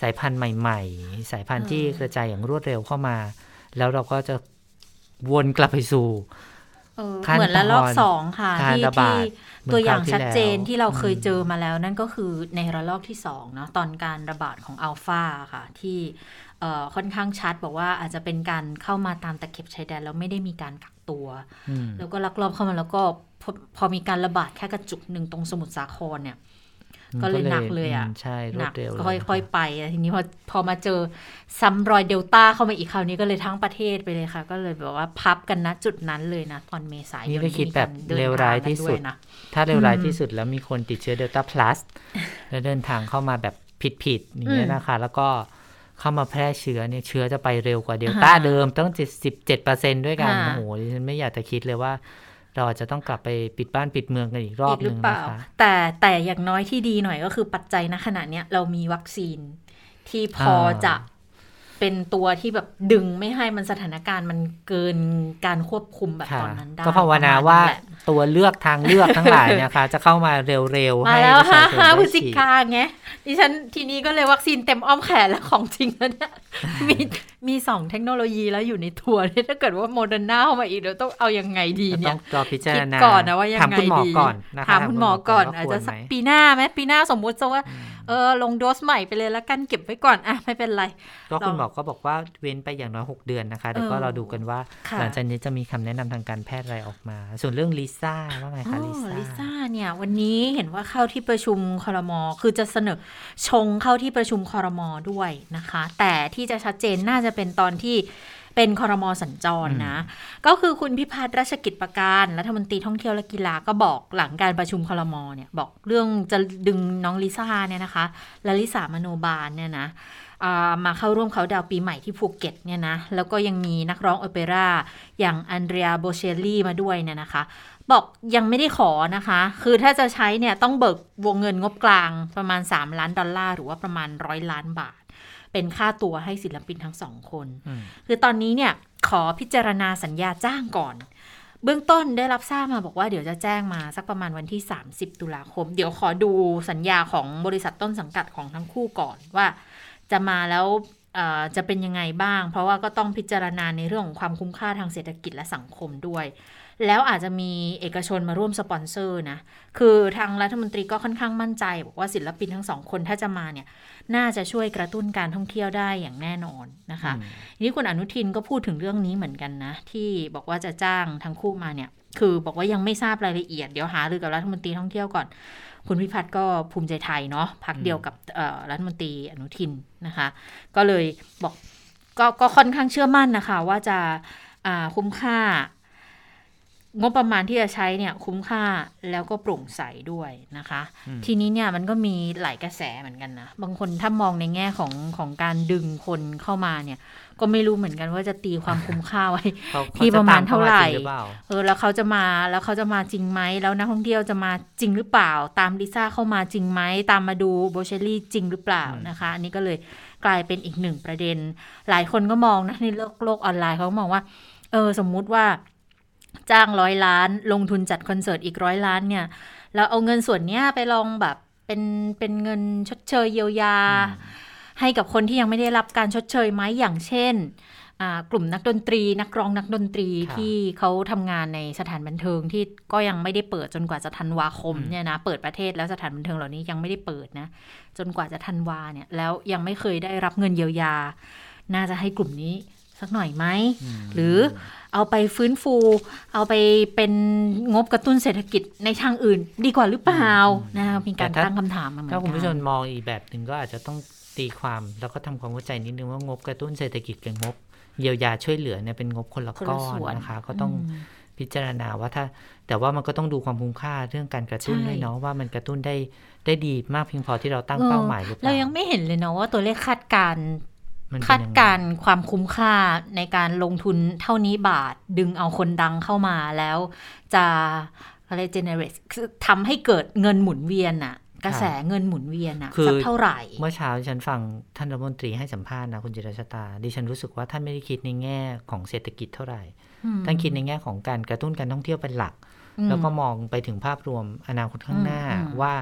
สายพันธุ์ใหม่ๆสายพันธุ์ที่กระจายอย่างรวดเร็วเข้ามาแล้วเราก็จะวนกลับไปสู่เหมือนละลอก2ค่ะที่ตัวอย่างชัดเจนที่เราเคยเจอมาแล้วนั่นก็คือในระลอกที่2เนาะตอนการระบาดของอัลฟาค่ะที่ค่อนข้างชัดบอกว่าอาจจะเป็นการเข้ามาตามตะเข็บชายแดนแล้วไม่ได้มีการกักตัวแล้วก็ลักลอบเข้ามาแล้วก็พอมีการระบาดแค่กระจุกหนึ่งตรงสมุทรสาครเนี่ยก็เลยหนักเลยอ่ะใช่รวดเร็วค่อยๆไปทีนี้พอมาเจอซ้ำรอยเดลต้าเข้ามาอีกคราวนี้ก็เลยทั้งประเทศไปเลยค่ะก็เลยแบบว่าพับกันนะจุดนั้นเลยนะตอนเมษายนนี่ก็คิดแบบเลวร้ายที่สุดถ้าเลวร้ายที่สุดแล้วมีคนติดเชื้อเดลต้าพลัสแล้วเดินทางเข้ามาแบบผิดๆอย่างเงี้ยนะคะแล้วก็เข้ามาแพร่เชื้อเนี่ยเชื้อจะไปเร็วกว่าเดลต้าเดิมต้อง 17% ด้วยกันโอ้โหดิฉันไม่อยากจะคิดเลยว่าเราจะต้องกลับไปปิดบ้านปิดเมืองกันอีกรอบนึงนะคะแต่อย่างน้อยที่ดีหน่อยก็คือปัจจัยณขณะนี้เรามีวัคซีนที่พอจะเป็นตัวที่แบบดึงไม่ให้มันสถานการณ์มันเกินการควบคุมแบบตอนนั้นได้ก็ภาวนาว่าตัวเลือกทางเลือกทั้งหลายนะคะจะเข้ามาเร็วๆให้ประชาชนได้ฉีดพฤศจิกายนไงดิฉันทีนี้ก็เลยวัคซีนเต็มอ้อมแขนแล้วของจริงแล้วเนี่ยมี2เทคโนโลยีแล้วอยู่ในทัวร์ถ้าเกิดว่าโมเดอร์นาเข้ามาอีกเดี๋ยวต้องเอายังไงดีเนี่ยต้องรอพิจารณาก่อนนะว่ายังไงดีถามคุณหมอก่อนอาจจะสักปีหน้าไหมปีหน้าสมมุติซะว่าลงโดสใหม่ไปเลยแล้วกันเก็บไว้ก่อนไม่เป็นไรก็คุณหมอก็บอกว่าเว้นไปอย่างน้อย6 เดือนนะคะเดี๋ยวก็เราดูกันว่าหลังจากนี้จะมีคำแนะนำทางการแพทย์อะไรออกมาส่วนเรื่องลิซ่าว่าไงคะลิซ่าเนี่ยวันนี้เห็นว่าเข้าที่ประชุมครม.คือจะเสนอชงเข้าที่ประชุมครม.ด้วยนะคะแต่ที่จะชัดเจนน่าจะเป็นตอนที่เป็นครม.สัญจรนะก็คือคุณพิพัฒน์ราชกิจประการรัฐมนตรีท่องเที่ยวและกีฬาก็บอกหลังการประชุมครม.เนี่ยบอกเรื่องจะดึงน้องลิซ่าเนี่ยนะคะและลิสามโนบาลเนี่ยนะมาเข้าร่วมเขาดาวปีใหม่ที่ภูเก็ตเนี่ยนะแล้วก็ยังมีนักร้องโอเปร่าอย่างอันเดรียโบเชลลี่มาด้วยเนี่ยนะคะบอกยังไม่ได้ขอนะคะคือถ้าจะใช้เนี่ยต้องเบิกวงเงินงบกลางประมาณ$3 ล้านหรือว่าประมาณ100 ล้านบาทเป็นค่าตัวให้ศิลปินทั้ง2 คนคือตอนนี้เนี่ยขอพิจารณาสัญญาจ้างก่อนเบื้องต้นได้รับทราบมาบอกว่าเดี๋ยวจะแจ้งมาสักประมาณวันที่30 ตุลาคมเดี๋ยวขอดูสัญญาของบริษัทต้นสังกัดของทั้งคู่ก่อนว่าจะมาแล้วจะเป็นยังไงบ้างเพราะว่าก็ต้องพิจารณาในเรื่องของความคุ้มค่าทางเศรษฐกิจและสังคมด้วยแล้วอาจจะมีเอกชนมาร่วมสปอนเซอร์นะคือทางรัฐมนตรีก็ค่อนข้างมั่นใจบอกว่าศิลปินทั้ง2 คนถ้าจะมาเนี่ยน่าจะช่วยกระตุ้นการท่องเที่ยวได้อย่างแน่นอนนะคะนี่คุณอนุทินก็พูดถึงเรื่องนี้เหมือนกันนะที่บอกว่าจะจ้างทั้งคู่มาเนี่ยคือบอกว่ายังไม่ทราบรายละเอียดเดี๋ยวหารือกับรัฐมนตรีท่องเที่ยวก่อนคุณพิพัฒน์ก็ภูมิใจไทยเนาะพรรคเดียวกับรัฐมนตรีอนุทินนะคะก็เลยบอกก็ค่อนข้างเชื่อมั่นนะคะว่าจะคุ้มค่างบประมาณที่จะใช้เนี่ยคุ้มค่าแล้วก็โปร่งใสด้วยนะคะทีนี้เนี่ยมันก็มีหลายกระแสเหมือนกันนะบางคนถ้ามองในแง่ของการดึงคนเข้ามาเนี่ยก็ไม่รู้เหมือนกันว่าจะตีความคุ้มค่าไว้ที่ประมาณเท่าไหร่แล้วเขาจะมาจริงไหมแล้วนักท่องเที่ยวจะมาจริงหรือเปล่าตามลิซ่าเข้ามาจริงไหมตามมาดูโบเชลลี่จริงหรือเปล่านะคะอันนี้ก็เลยกลายเป็นอีก1ประเด็นหลายคนก็มองนะในโลกออนไลน์เขาก็มองว่าสมมุติว่าจ้าง100 ล้านลงทุนจัดคอนเสิร์ตอีก100 ล้านเนี่ยแล้วเอาเงินส่วนนี้ไปลองแบบเป็นเงินชดเชยเยียวยาให้กับคนที่ยังไม่ได้รับการชดเชยไหมอย่างเช่นกลุ่มนักดนตรีนักร้องนักดนตรีที่เขาทำงานในสถานบันเทิงที่ก็ยังไม่ได้เปิดจนกว่าจะธันวาคมเนี่ยนะเปิดประเทศแล้วสถานบันเทิงเหล่านี้ยังไม่ได้เปิดนะจนกว่าจะธันวาเนี่ยแล้วยังไม่เคยได้รับเงินเยียวยาน่าจะให้กลุ่มนี้สักหน่อยไหมหรือเอาไปฟื้นฟูเอาไปเป็นงบกระตุ้นเศรษฐกิจในทางอื่นดีกว่าหรือเปล่านะคะมีการตั้งคำถามมาเหมือนกันถ้าคุณผู้ชมมองอีกแบบนึงก็อาจจะต้องตีความแล้วก็ทำความเข้าใจนิดนึงว่างบกระตุ้นเศรษฐกิจกับงบเยียวยาช่วยเหลือเนี่ยเป็นงบคนละก้อนนะคะก็ต้องพิจารณาว่าแต่ว่ามันก็ต้องดูความคุ้มค่าเรื่องการกระตุ้นด้วยเนาะว่ามันกระตุ้นได้ดีมากเพียงพอที่เราตั้งเป้าหมายหรือเปล่าเรายังไม่เห็นเลยเนาะว่าตัวเลขคาดการความคุ้มค่าในการลงทุนเท่านี้บาทดึงเอาคนดังเข้ามาแล้วจะอะไร generate ทำให้เกิดเงินหมุนเวียนอะกระแสเงินหมุนเวียนอะสักเท่าไหร่เมื่อเช้าฉันฟังท่านรัฐมนตรีให้สัมภาษณ์นะคุณจิรชตาดิฉันรู้สึกว่าท่านไม่ได้คิดในแง่ของเศรษฐกิจเท่าไหร่ท่านคิดในแง่ของการกระตุ้นการท่องเที่ยวเป็นหลักแล้วก็มองไปถึงภาพรวมอนาคตข้างหน้าว่า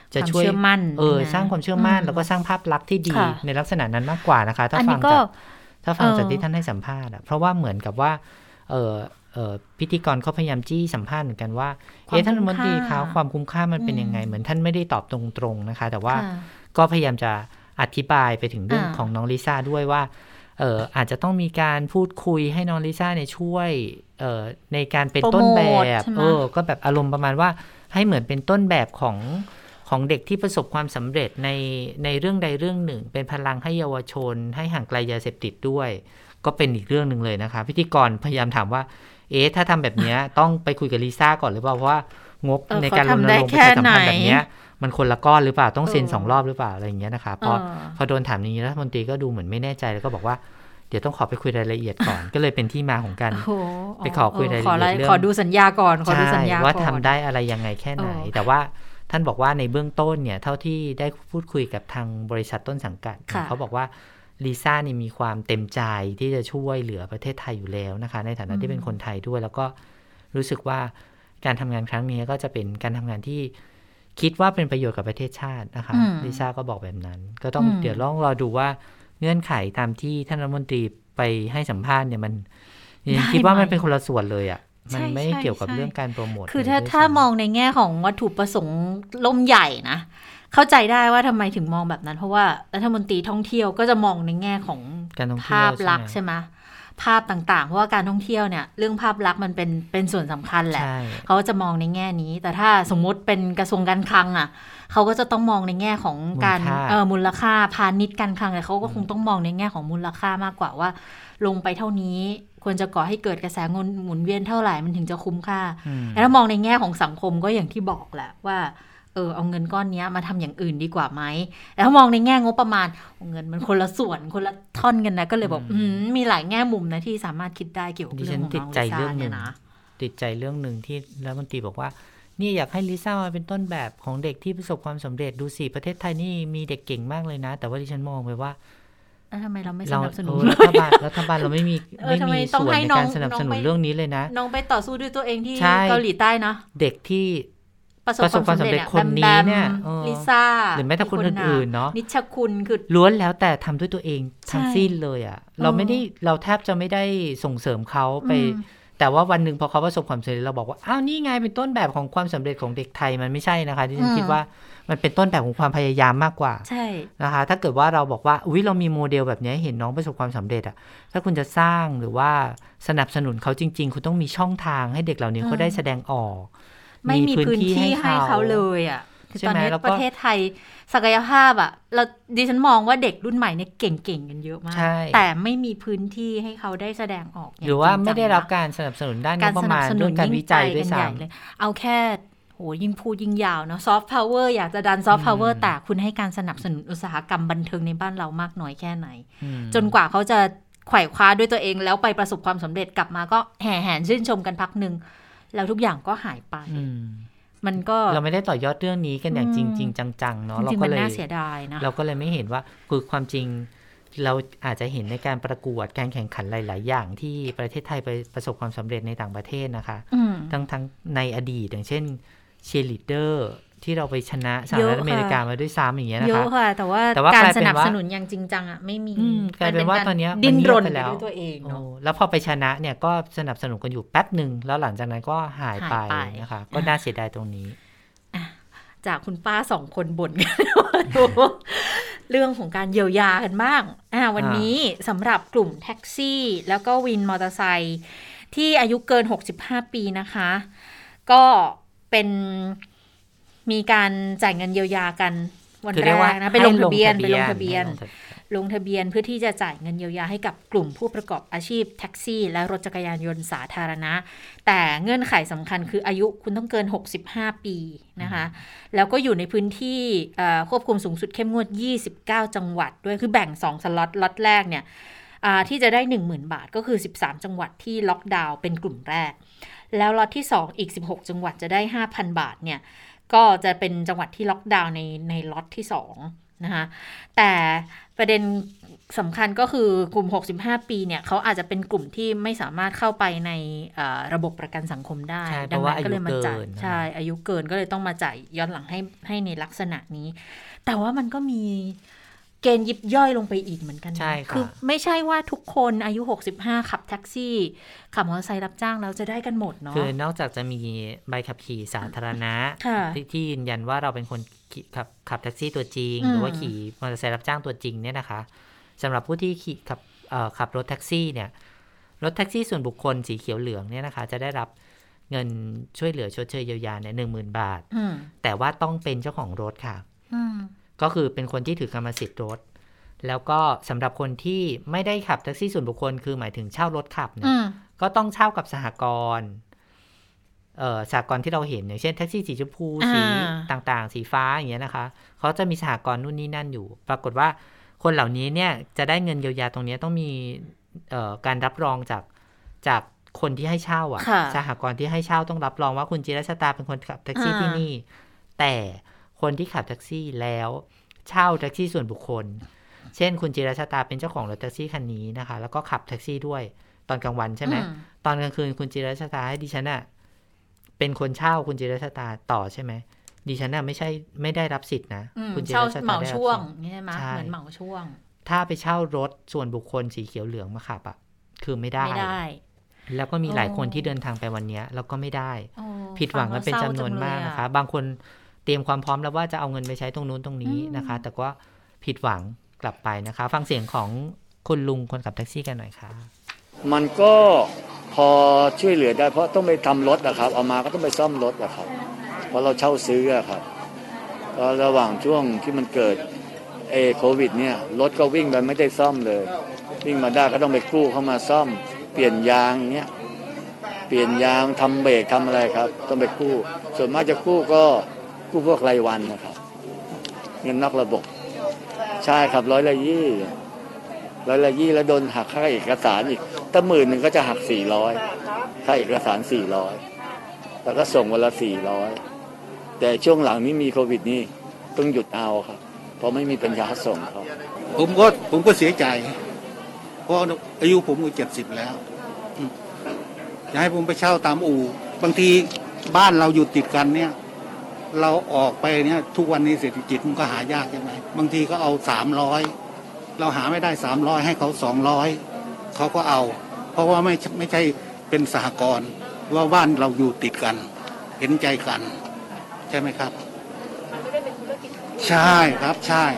จะช่วยสร้างความเชื่อมั่นแล้วก็สร้างภาพลักษณ์ที่ดีในลักษณะนั้นมากกว่านะคะถ้าฟังจากที่ท่านให้สัมภาษณ์เพราะว่าเหมือนกับว่าพิธีกรเขาพยายามจี้สัมภาษณ์เหมือนกันว่าท่านรัฐมนตรีคะความคุ้มค่ามันเป็นยังไงเหมือนท่านไม่ได้ตอบตรงๆนะคะแต่ว่าก็พยายามจะอธิบายไปถึงเรื่องของน้องลิซ่าด้วยว่าอาจจะต้องมีการพูดคุยให้น้องลิซ่าเนี่ยช่วยในการเป็นต้นแบบก็แบบอารมณ์ประมาณว่าให้เหมือนเป็นต้นแบบของเด็กที่ประสบความสำเร็จในเรื่องใดเรื่องหนึ่งเป็นพลังให้เยาวชนให้ห่างไกลยาเสพติดด้วยก็เป็นอีกเรื่องนึงเลยนะคะพิธีกรพยายามถามว่าถ้าทำแบบนี้ต้องไปคุยกับลิซ่าก่อนหรือเปล่าเพราะว่างบในการรณรงค์ประชาสัมพันธ์แบบนี้มันคนละก้อนหรือเปล่าต้องเซ็น2 รอบหรือเปล่าอะไรอย่างเงี้ยนะคะพอโดนถามอย่างนี้รัฐมนตรีก็ดูเหมือนไม่แน่ใจแล้วก็บอกว่าเดี๋ยวต้องขอไปคุยรายละเอียดก่อน ก็เลยเป็นที่มาของการไปขอคุยรายละเอียดเรื่องขอดูสัญญาก่อนว่าทำได้อะไรยังไงแค่ไหนแต่ว่าท่านบอกว่าในเบื้องต้นเนี่ยเท่าที่ได้พูดคุยกับทางบริษัทต้นสังกัดเขาบอกว่าลิซ่านี่มีความเต็มใจที่จะช่วยเหลือประเทศไทยอยู่แล้วนะคะในฐานะที่เป็นคนไทยด้วยแล้วก็รู้สึกว่าการทำงานครั้งนี้ก็จะเป็นการทำงานที่คิดว่าเป็นประโยชน์กับประเทศชาตินะคะลิซ่าก็บอกแบบนั้นก็ต้องเดี๋ยวลองรอดูว่าเงื่อนไขตามที่ท่านรัฐมนตรีไปให้สัมภาษณ์เนี่ยมันคิดว่ามันเป็นคนละส่วนเลยอ่ะมันไม่เกี่ยวกับเรื่องการโปรโมทคือถ้ามองในแง่ของวัตถุประสงค์ล่มใหญ่นะเข้าใจได้ว่าทำไมถึงมองแบบนั้นเพราะว่ารัฐมนตรีท่องเที่ยวก็จะมองในแง่ของภาพลักษณ์ใช่ไหมภาพต่างๆเพราะว่าการท่องเที่ยวเนี่ยเรื่องภาพลักษณ์มันเป็นส่วนสำคัญแหละเขาจะมองในแง่นี้แต่ถ้าสมมติเป็นกระทรวงการคลังอ่ะเขาก็จะต้องมองในแง่ของการมูลค่าพาณิชย์การคลังแต่เขาก็คงต้องมองในแง่ของมูลค่ามากกว่าว่าลงไปเท่านี้ควรจะก่อให้เกิดกระแสเงินหมุนเวียนเท่าไหร่มันถึงจะคุ้มค่าแล้วถ้ามองในแง่ของสังคมก็อย่างที่บอกแหละว่าเอาเงินก้อนนี้มาทำอย่างอื่นดีกว่าไหมแล้วมองในแง่งบประมาณเงินมันคนละส่วนคนละท่อนกันนะก็เลยบอกมีหลายแง่มุมนะที่สามารถคิดได้เกี่ยวกับเรื่องของน้องลิซ่าเนี่ยนะติดใจเรื่องหนึ่งที่รัฐมนตรีบอกว่านี่อยากให้ลิซ่ามาเป็นต้นแบบของเด็กที่ประสบความสำเร็จดูสิประเทศไทยนี่มีเด็กเก่งมากเลยนะแต่ว่าดิฉันมองไปว่าทำไมเราไม่สนับสนุนรัฐบาลเราไม่มีส่วนในการสนับสนุนเรื่องนี้เลยนะน้องไปต่อสู้ด้วยตัวเองที่เกาหลีใต้นะเด็กที่ประสบความสำเร็จคนนี้เนี่ยลิซ่าหรือแม้แต่คนอื่นๆเนาะนิชคุณคือล้วนแล้วแต่ทำด้วยตัวเองทั้งสิ้นเลยอ่ะเราแทบจะไม่ได้ส่งเสริมเขาไปแต่ว่าวันหนึ่งพอเขาประสบความสำเร็จเราบอกว่าอ้าวนี่ไงเป็นต้นแบบของความสำเร็จของเด็กไทยมันไม่ใช่นะคะที่ฉันคิดว่ามันเป็นต้นแบบของความพยายามมากกว่าใช่นะคะถ้าเกิดว่าเราบอกว่าอุ๊ยเรามีโมเดลแบบนี้เห็นน้องประสบความสำเร็จอ่ะถ้าคุณจะสร้างหรือว่าสนับสนุนเขาจริงๆคุณต้องมีช่องทางให้เด็กเหล่านี้เขาได้แสดงออกไม่มีพื้นที่ให้เขาเลยอ่ะตอนนี้ประเทศไทยศักยภาพอ่ะเราดิฉันมองว่าเด็กรุ่นใหม่เนี่ยเก่งๆกันเยอะมากแต่ไม่มีพื้นที่ให้เขาได้แสดงออกหรือว่าไม่ได้รับการสนับสนุนด้านงบประมาณด้วยการวิจัยด้วยซ้ำเอาแค่ยิ่งพูดยิ่งยาวเนาะซอฟต์พาวเวอร์อยากจะดันซอฟต์พาวเวอร์แต่คุณให้การสนับสนุนอุตสาหกรรมบันเทิงในบ้านเรามากน้อยแค่ไหนจนกว่าเขาจะไขว่คว้าด้วยตัวเองแล้วไปประสบความสำเร็จกลับมาก็แห่แหนชื่นชมกันพักนึงแล้วทุกอย่างก็หายไปมันก็เราไม่ได้ต่อยอดเรื่องนี้กันอย่างจริงๆจังๆเนาะเราก็เลยน่าเสียดายนะเราก็เลยไม่เห็นว่าคือความจริงเราอาจจะเห็นในการประกวดการแข่งขันหลายๆอย่างที่ประเทศไทยไปประสบความสำเร็จในต่างประเทศนะคะทั้งในอดีตอย่างเช่นเชียร์ลีดเดอร์ที่เราไปชนะสหรัฐอเมริกามาด้วยซ้ำอย่างเงี้ยนะคะเยอะค่ะแต่ว่าการสนับสนุนอย่างจริงจังอ่ะไม่มีกลายเป็นว่าตอนนี้ดิ้นรนไปด้วยตัวเองเนาะแล้วพอไปชนะเนี่ยก็สนับสนุนกันอยู่แป๊บนึงแล้วหลังจากนั้นก็หายไปนะคะก็น่าเสียดายตรงนี้จากคุณป้า2คนบ่นกันเรื่องของการเยียวยากันบ้างวันนี้สำหรับกลุ่มแท็กซี่แล้วก็วินมอเตอร์ไซค์ที่อายุเกิน65ปีนะคะก็เป็นมีการจ่ายเงินเยียวยากันวันแรกนะไปลงทะเบียนเพื่อที่จะจ่ายเงินเยียวยาให้กับกลุ่มผู้ประกอบอาชีพแท็กซี่และรถจักรยานยนต์สาธารณะแต่เงื่อนไขสำคัญคืออายุคุณต้องเกิน65ปีนะคะแล้วก็อยู่ในพื้นที่ควบคุมสูงสุดเข้มงวด29จังหวัดด้วยคือแบ่ง2สล็อตล็อตแรกเนี่ยที่จะได้ 10,000 บาทก็คือ13จังหวัดที่ล็อกดาวน์เป็นกลุ่มแรกแล้วล็อตที่2อีก16จังหวัดจะได้ 5,000 บาทเนี่ยก็จะเป็นจังหวัดที่ล็อกดาวน์ในล็อตที่2นะคะแต่ประเด็นสำคัญก็คือกลุ่ม65ปีเนี่ยเขาอาจจะเป็นกลุ่มที่ไม่สามารถเข้าไปในระบบประกันสังคมได้ดังนั้นก็เลยมาจ่ายใช่อายุเกินก็เลยต้องมาจ่ายย้อนหลังให้ในลักษณะนี้แต่ว่ามันก็มีเกณฑ์ยิบย่อยลงไปอีกเหมือนกันคือไม่ใช่ว่าทุกคนอายุ65ขับแท็กซี่ขับมอเตอร์ไซค์รับจ้างแล้วจะได้กันหมดเนาะคือนอกจากจะมีใบขับขี่สาธารณะที่ยืนยันว่าเราเป็นคนขับแท็กซี่ตัวจริงหรือว่าขี่มอเตอร์ไซค์รับจ้างตัวจริงเนี่ยนะคะสำหรับผู้ที่ขับรถแท็กซี่เนี่ยรถแท็กซี่ส่วนบุคคลสีเขียวเหลืองเนี่ยนะคะจะได้รับเงินช่วยเหลือชดเชยเยียวยาเนี่ย 10,000 บาทแต่ว่าต้องเป็นเจ้าของรถค่ะก็คือเป็นคนที่ถือกรรมสิทธิ์รถแล้วก็สำหรับคนที่ไม่ได้ขับแท็กซี่ส่วนบุคคลคือหมายถึงเช่ารถขับเนี่ยก็ต้องเช่ากับสหกรณ์สหกรณ์ที่เราเห็นอย่างเช่นแท็กซี่สีชมพูสีต่างๆสีฟ้าอย่างเงี้ยนะคะเขาจะมีสหกรณ์นู่นนี่นั่นอยู่ปรากฏว่าคนเหล่านี้เนี่ยจะได้เงินเยียวยาตรงนี้ต้องมีการรับรองจากคนที่ให้เช่าสหกรณ์ที่ให้เช่าต้องรับรองว่าคุณจิรชตาเป็นคนขับแท็กซี่ที่นี่แต่คนที่ขับแท็กซี่แล้วเช่าแท็กซี่ส่วนบุคคลเช่นคุณจิรชตาเป็นเจ้าของรถแท็กซี่คันนี้นะคะแล้วก็ขับแท็กซี่ด้วยตอนกลางวันใช่ไหมตอนกลางคืนคุณจิรชตาให้ดิฉันน่ะเป็นคนเช่าคุณจิรชตาต่อใช่ไหมดิฉันน่ะไม่ได้รับสิทธินะคุณจิรชตาเหมาช่วงใช่ไหมเหมือนเหมาช่วงถ้าไปเช่ารถส่วนบุคคลสีเขียวเหลืองมาขับอ่ะคือไม่ได้แล้วก็มีหลายคนที่เดินทางไปวันนี้แล้วก็ไม่ได้ผิดหวังกันเป็นจำนวนมากนะคะบางคนเตรียมความพร้อมแล้วว่าจะเอาเงินไปใช้ตรงนู้นตรงนี้นะคะแต่ก็ผิดหวังกลับไปนะคะฟังเสียงของคุณลุงคนขับแท็กซี่กันหน่อยค่ะมันก็พอช่วยเหลือได้เพราะต้องไปทำรถนะครับเอามาก็ต้องไปซ่อมรถนะครับเพราะเราเช่าซื้อครับก็ระหว่างช่วงที่มันเกิดโควิดเนี่ยรถก็วิ่งไปไม่ได้ซ่อมเลยวิ่งมาได้ก็ต้องไปกู้เข้ามาซ่อมเปลี่ยนยางเงี้ยเปลี่ยนยางทำเบรกทำอะไรครับต้องไปกู้ส่วนมากจะกู้ก็กู้พวกรายวันนะครับเงินนอกระบบใช่ครับ120แล้วโดนหักค่าเอกสารอีกถ้า10,000ก็จะหัก400ค่าเอกสาร400แล้วก็ส่งวันละ400แต่ช่วงหลังนี้มีโควิดนี่ต้องหยุดเอาครับเพราะไม่มีปัญญาส่งครับผมก็เสียใจเพราะอายุผมก็70แล้วจะให้ผมไปเช่าตามอู่บางทีบ้านเราอยู่ติดกันเนี่ยเราออกไปเนี่ยทุกวันนี้เศรษฐกิจมันก็หายากใช่ไหมบางทีก็เอา300เราหาไม่ได้300ให้เขา200เขาก็เอาเพราะว่าไม่ใช่เป็นสหกรณ์ว่าบ้านเราอยู่ติดกันเห็นใจกันใช่ไหมครับใช่ครับใช่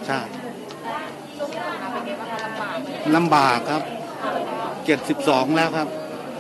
ลำบากครับ72แล้วครับ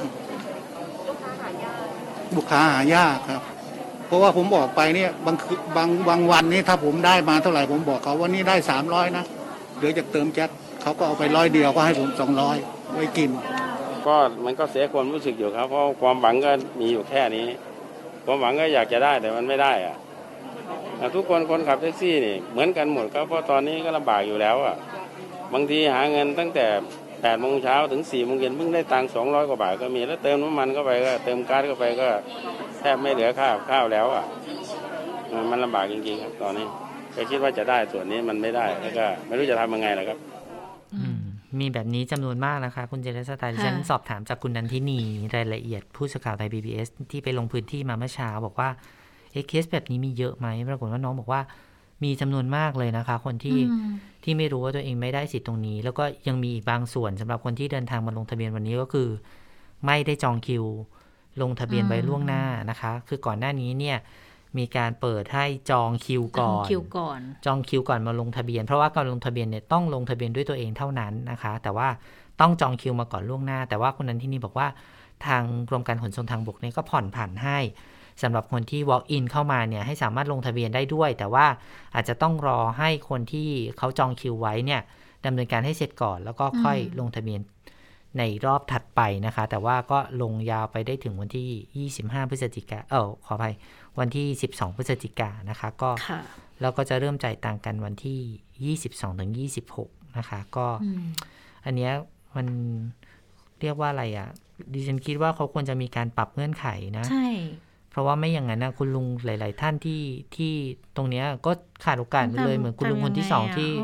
ลูกค้าหายากครับเพราะว่าผมบอกไปเนี่ยบางวันนี้ถ้าผมได้มาเท่าไหร่ผมบอกเขาว่านี่ได้300นะเดี๋ยวจะเติมแก๊สเขาก็เอาไป100เดียวก็ให้ผม200ไว้กินก็มันก็เสียความรู้สึกอยู่ครับเพราะความหวังก็มีอยู่แค่นี้ความหวังก็อยากจะได้แต่มันไม่ได้อะทุกคนขับแท็กซี่นี่เหมือนกันหมดครับเพราะตอนนี้ก็ลำบากอยู่แล้วอ่ะบางทีหาเงินตั้งแต่8 โมงเช้าถึง4 โมงเย็นเพิ่งได้ตังค์200 กว่าบาทก็มีแล้วเติมน้ำมันเข้าไปก็เติมก๊าซเข้าไปก็แทบไม่เหลือข้าวแล้วอ่ะมันลำบากจริงๆครับตอนนี้ก็คิดว่าจะได้ส่วนนี้มันไม่ได้แล้วก็ไม่รู้จะทำยังไงล่ะครับมีแบบนี้จำนวนมากนะคะคุณเจริญสไตล์ฉันสอบถามจากคุณนันทินีรายละเอียดผู้สื่อข่าวไทย PBS ที่ไปลงพื้นที่มาเมื่อเช้าบอกว่าเคสแบบนี้มีเยอะไหมปรากฏว่าน้องบอกว่ามีจำนวนมากเลยนะคะคนที่ไม่รู้ว่าตัวเองไม่ได้สิทธิ์ตรงนี้แล้วก็ยังมีอีกบางส่วนสำหรับคนที่เดินทางมาลงทะเบียนวันนี้ก็คือไม่ได้จองคิวลงทะเบียนไว้ล่วงหน้านะคะคือก่อนหน้านี้เนี่ยมีการเปิดให้จองคิวก่อนจองคิวก่อนมาลงทะเบียนเพราะว่าการลงทะเบียนเนี่ยต้องลงทะเบียนด้วยตัวเองเท่านั้นนะคะแต่ว่าต้องจองคิวมาก่อนล่วงหน้าแต่ว่าคนนั้นที่นี่บอกว่าทางกรมการขนส่งทางบกเนี่ยก็ผ่อนผันให้สำหรับคนที่ walk in เข้ามาเนี่ยให้สามารถลงทะเบียนได้ด้วยแต่ว่าอาจจะต้องรอให้คนที่เขาจองคิวไว้เนี่ยดำเนินการให้เสร็จก่อนแล้วก็ค่อยลงทะเบียนในรอบถัดไปนะคะแต่ว่าก็ลงยาวไปได้ถึงวันที่25 พฤศจิกายนขออภัยวันที่12 พฤศจิกายนนะคะก็แล้วก็จะเริ่มจ่ายตังค์กันวันที่22 ถึง 26นะคะก็อันเนี้ยมันเรียกว่าอะไรอ่ะดิฉันคิดว่าเขาควรจะมีการปรับเงื่อนไขนะใช่เพราะว่าไม่อย่างนั้นนะคุณลุงหลายๆท่านที่ตรงเนี้ยก็ขาดโอกาสไปเลยเหมือนคุณลุงคนที่2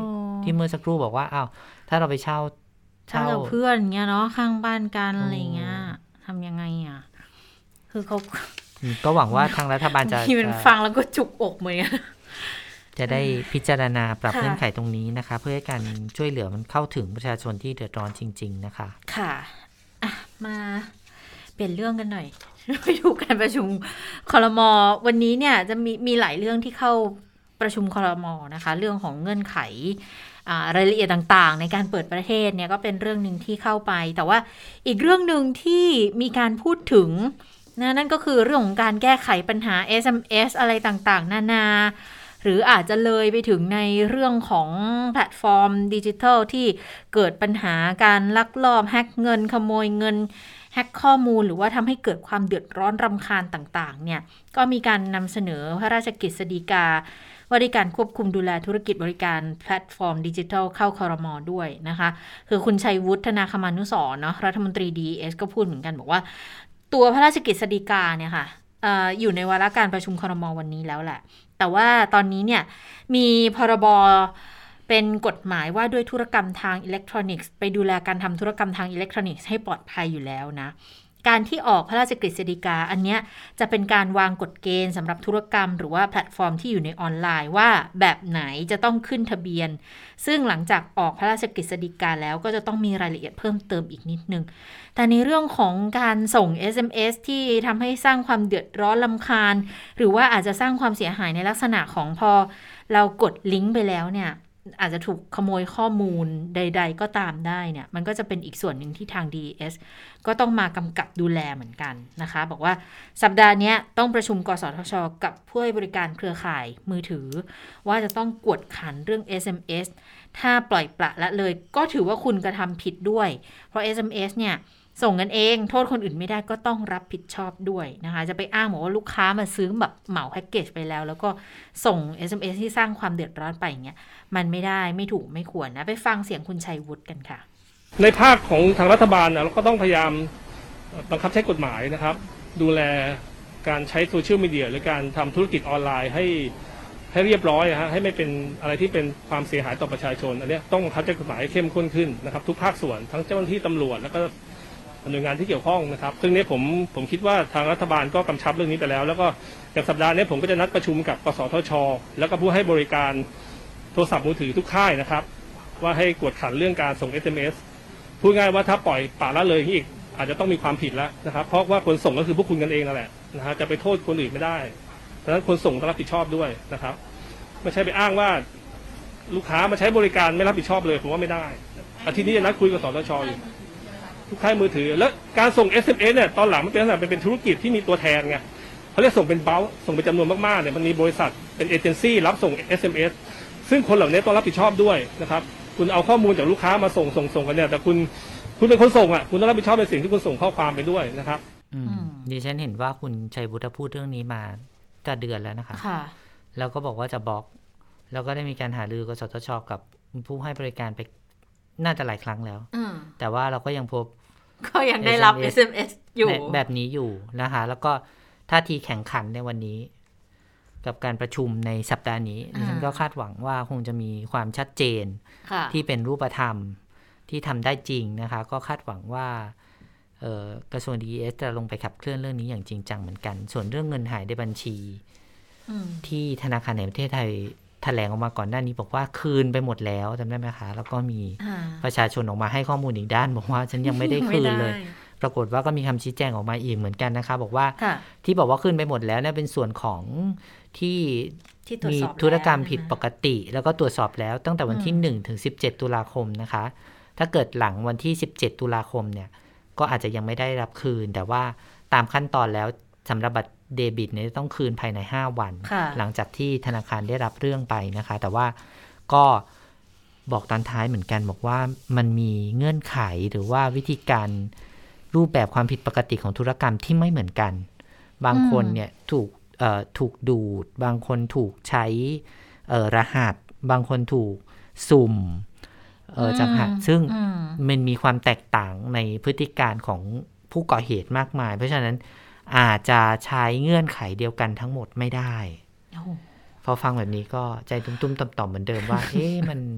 ที่เมื่อสักครู่บอกว่าอ้าวถ้าเราไปเช่ากับเพื่อนเงี้ยเนาะข้างบ้านกันอะไรเงี้ยทำยังไงอ่ะคือเขาก็หวังว่าทางรัฐบาลจะฟังแล้วก็จุกอกเหมือนกันจะได้พิจารณาปรับเงื่อนไขตรงนี้นะคะเพื่อให้การช่วยเหลือมันเข้าถึงประชาชนที่เดือดร้อนจริงๆนะคะค่ะมาเปลี่ยนเรื่องกันหน่อยไปดูการประชุมครม.วันนี้เนี่ยจะมีหลายเรื่องที่เข้าประชุมครม.นะคะเรื่องของเงื่อนไขรายละเอียดต่างๆในการเปิดประเทศเนี่ยก็เป็นเรื่องนึงที่เข้าไปแต่ว่าอีกเรื่องนึงที่มีการพูดถึงนั่นก็คือเรื่องของการแก้ไขปัญหา SMS อะไรต่างๆนานาหรืออาจจะเลยไปถึงในเรื่องของแพลตฟอร์มดิจิทัลที่เกิดปัญหาการลักลอบแฮกเงินขโมยเงินแฮกข้อมูลหรือว่าทำให้เกิดความเดือดร้อนรำคาญต่างๆเนี่ยก็มีการนำเสนอพระราชกฤษฎีกาว่าด้วยการควบคุมดูแลธุรกิจบริการแพลตฟอร์มดิจิทัลเข้าครม.ด้วยนะคะคือคุณชัยวุฒิธนาคมานุสรณ์เนาะรัฐมนตรี DES ก็พูดเหมือนกันบอกว่าตัวพระราชกฤษฎีกาเนี่ยค่ะอยู่ในวาระการประชุมครม.วันนี้แล้วแหละแต่ว่าตอนนี้เนี่ยมีพรบเป็นกฎหมายว่าด้วยธุรกรรมทางอิเล็กทรอนิกส์ไปดูแลการทำธุรกรรมทางอิเล็กทรอนิกส์ให้ปลอดภัยอยู่แล้วนะการที่ออกพระราชกฤษฎีกาอันเนี้ยจะเป็นการวางกฎเกณฑ์สำหรับธุรกรรมหรือว่าแพลตฟอร์มที่อยู่ในออนไลน์ว่าแบบไหนจะต้องขึ้นทะเบียนซึ่งหลังจากออกพระราชกฤษฎีกาแล้วก็จะต้องมีรายละเอียดเพิ่มเติมอีกนิดนึงแต่ในเรื่องของการส่ง SMS ที่ทำให้สร้างความเดือดร้อนรำคาญหรือว่าอาจจะสร้างความเสียหายในลักษณะของพอเรากดลิงก์ไปแล้วเนี่ยอาจจะถูกขโมยข้อมูลใดๆก็ตามได้เนี่ยมันก็จะเป็นอีกส่วนหนึ่งที่ทาง DES ก็ต้องมากำกับดูแลเหมือนกันนะคะบอกว่าสัปดาห์นี้ต้องประชุมกสทช.กับผู้ให้บริการเครือข่ายมือถือว่าจะต้องกวดขันเรื่อง SMS ถ้าปล่อยปละละเลยก็ถือว่าคุณกระทำผิดด้วยเพราะ SMS เนี่ยส่งกันเองโทษคนอื่นไม่ได้ก็ต้องรับผิดชอบด้วยนะคะจะไปอ้างบอกว่าลูกค้ามาซื้อแบบเหมาแพ็กเกจไปแล้วก็ส่ง SMS ที่สร้างความเดือดร้อนไปอย่างเงี้ยมันไม่ได้ไม่ถูกไม่ควรนะไปฟังเสียงคุณชัยวุฒิกันค่ะในภาคของทางรัฐบาลเราก็ต้องพยายามบังคับใช้กฎหมายนะครับดูแลการใช้โซเชียลมีเดียหรือการทำธุรกิจออนไลน์ให้เรียบร้อยให้ไม่เป็นอะไรที่เป็นความเสียหายต่อประชาชนอันนี้ต้องบังคับใช้กฎหมายเข้มข้นขึ้นนะครับทุกภาคส่วนทั้งเจ้าหน้าที่ตำรวจแล้วก็หน่วยงานที่เกี่ยวข้องนะครับซึ่งนี้ผมคิดว่าทางรัฐบาลก็กำชับเรื่องนี้ไปแล้วแล้วก็อย่างสัปดาห์นี้ผมก็จะนัดประชุมกับกสทช.แล้วก็ผู้ให้บริการโทรศัพท์มือถือทุกค่ายนะครับว่าให้กวดขันเรื่องการส่ง SMS พูดง่ายว่าถ้าปล่อยปละละเลยอีกอาจจะต้องมีความผิดแล้วนะครับเพราะว่าคนส่งก็คือพวกคุณกันเองนั่นแหละนะฮะจะไปโทษคนอื่นไม่ได้ดังนั้นคนส่งต้องรับผิดชอบด้วยนะครับไม่ใช่ไปอ้างว่าลูกค้ามาใช้บริการไม่รับผิดชอบเลยผมว่าไม่ได้อาทิตย์นี้จะนัดคุยกับสทช.อยู่ทุกค่ายมือถือแล้วการส่ง SMS เนี่ยตอนหลังมันเป็นลักษณะเป็นธุรกิจที่มีตัวแทนไงเขาเรียกส่งเป็นเบ้าส่งเป็นจำนวนมากๆเนี่ยมันมีบริษัทเป็นเอเจนซี่รับส่ง SMS ซึ่งคนเหล่านี้ต้องรับผิดชอบด้วยนะครับคุณเอาข้อมูลจากลูกค้ามาส่งกันเนี่ยแต่คุณเป็นคนส่งอ่ะคุณต้องรับผิดชอบในสิ่งที่คุณส่งข้อความไปด้วยนะครับดิฉันเห็นว่าคุณชัยวุฒิพูดเรื่องนี้มาจะเดือนแล้วนะคะแล้วก็บอกว่าจะบล็อกแล้วก็ได้มีการหารือกับสทช.กับผู้ให้บริการไปน่าจะหลายครั้งแล้วแต่ว่าเราก็ยังพบก็ยังได้รับ SMS อยู่แบบนี้อยู่นะคะแล้วก็ท่าทีแข่งขันในวันนี้กับการประชุมในสัปดาห์นี้ดิฉันก็คาดหวังว่าคงจะมีความชัดเจนที่เป็นรูปธรรมที่ทำได้จริงนะคะก็คาดหวังว่ากระทรวง DES จะลงไปขับเคลื่อนเรื่องนี้อย่างจริงจังเหมือนกันส่วนเรื่องเงินหายในบัญชีที่ธนาคารแห่งประเทศไทยแถลงออกมาก่อนหน้านี้บอกว่าคืนไปหมดแล้วจำได้ไหมคะแล้วก็มีประชาชนออกมาให้ข้อมูลอีกด้านบอกว่าฉันยังไม่ได้คืนเลยปรากฏว่าก็มีคำชี้แจงออกมาอีกเหมือนกันนะคะบอกว่าที่บอกว่าคืนไปหมดแล้วเนี่ยเป็นส่วนของที่มีธุรกรรมผิดปกติแล้วก็ตรวจสอบแล้วตั้งแต่วันที่1ถึง17ตุลาคมนะคะถ้าเกิดหลังวันที่17ตุลาคมเนี่ยก็อาจจะยังไม่ได้รับคืนแต่ว่าตามขั้นตอนแล้วสำหรับบัตรเดบิตเนี่ยต้องคืนภายใน5วันหลังจากที่ธนาคารได้รับเรื่องไปนะคะแต่ว่าก็บอกตอนท้ายเหมือนกันบอกว่ามันมีเงื่อนไขหรือว่าวิธีการรูปแบบความผิดปกติของธุรกรรมที่ไม่เหมือนกันบางคนเนี่ยถูกดูดบางคนถูกใช้รหัสบางคนถูกสุ่มจากซึ่งมันมีความแตกต่างในพฤติการของผู้ก่อเหตุมากมายเพราะฉะนั้นอาจจะใช้เงื่อนไขเดียวกันทั้งหมดไม่ได้พอฟังแบบนี้ก็ใจตุ้มๆต่อมๆเหมือนเดิมว่า มัน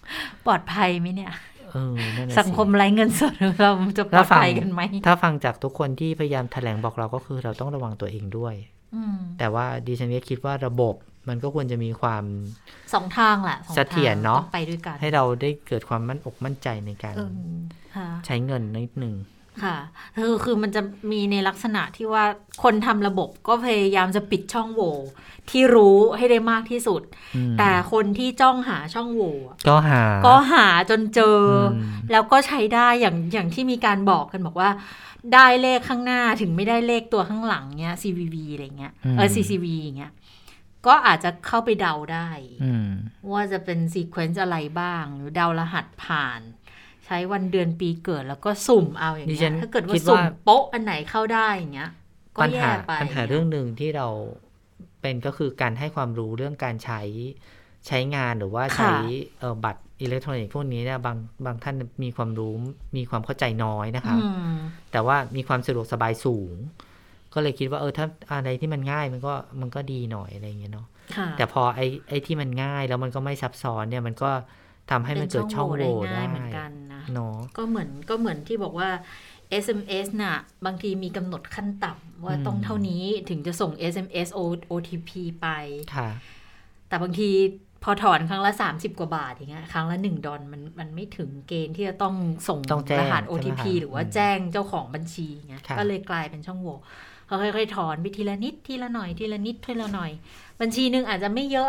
ปลอดภัยไหมเนี่ยนั่นแหละสังคมไร้เงินสดเราจะปลอดภัยกันไหมถ้าฟังจากทุกคนที่พยายามแถลงบอกเราก็คือเราต้องระวังตัวเองด้วยแต่ว่าดิฉันก็คิดว่าระบบมันก็ควรจะมีความสองทางแหละเสถียรเนาะไปด้วยกันให้เราได้เกิดความมั่นอกมั่นใจในการใช้เงินนิดนึงค่ะคือมันจะมีในลักษณะที่ว่าคนทำระบบก็พยายามจะปิดช่องโหว่ที่รู้ให้ได้มากที่สุดแต่คนที่จ้องหาช่องโหว่ก็หาจนเจอแล้วก็ใช้ได้อย่างที่มีการบอกกันบอกว่าได้เลขข้างหน้าถึงไม่ได้เลขตัวข้างหลังเนี้ย CVV อะไรเงี้ยCCV อย่างเงี้ยก็อาจจะเข้าไปเดาได้ว่าจะเป็นซีเควนซ์อะไรบ้างหรือเดารหัสผ่านใช้วันเดือนปีเกิดแล้วก็สุ่มเอาอย่างเงี้ยถ้าเกิดว่าสุ่มโป๊ะอันไหนเข้าได้อย่างเงี้ยก็แย่ไปปัญหาเรื่องนึงที่เราเป็นก็คือการให้ความรู้เรื่องการใช้งานหรือว่าใช้บัตรอิเล็กทรอนิกส์พวกนี้เนี่ยบางท่านมีความรู้มีความเข้าใจน้อยนะคะแต่ว่ามีความสะดวกสบายสูงก็เลยคิดว่าถ้าอะไรที่มันง่ายมันก็ดีหน่อยอะไรอย่างเงี้ยเนาะแต่พอไอ้ที่มันง่ายแล้วมันก็ไม่ซับซ้อนเนี่ยมันก็ทำให้มันเกิดช่องโหว่ได้เหมือนกันนะเนาะก็เหมือนที่บอกว่า SMS น่ะบางทีมีกำหนดขั้นต่ำว่าต้องเท่านี้ถึงจะส่ง SMS OTP ไปแต่บางทีพอถอนครั้งละ30กว่าบาทอย่างเงี้ยครั้งละ$1มันไม่ถึงเกณฑ์ที่จะต้องส่งรหัส OTP หรือว่าแจ้งเจ้าของบัญชีเงี้ยก็เลยกลายเป็นช่องโหว่เขาค่อยๆถอนไปทีละนิดทีละหน่อยทีละนิดทีละหน่อยบัญชีนึงอาจจะไม่เยอะ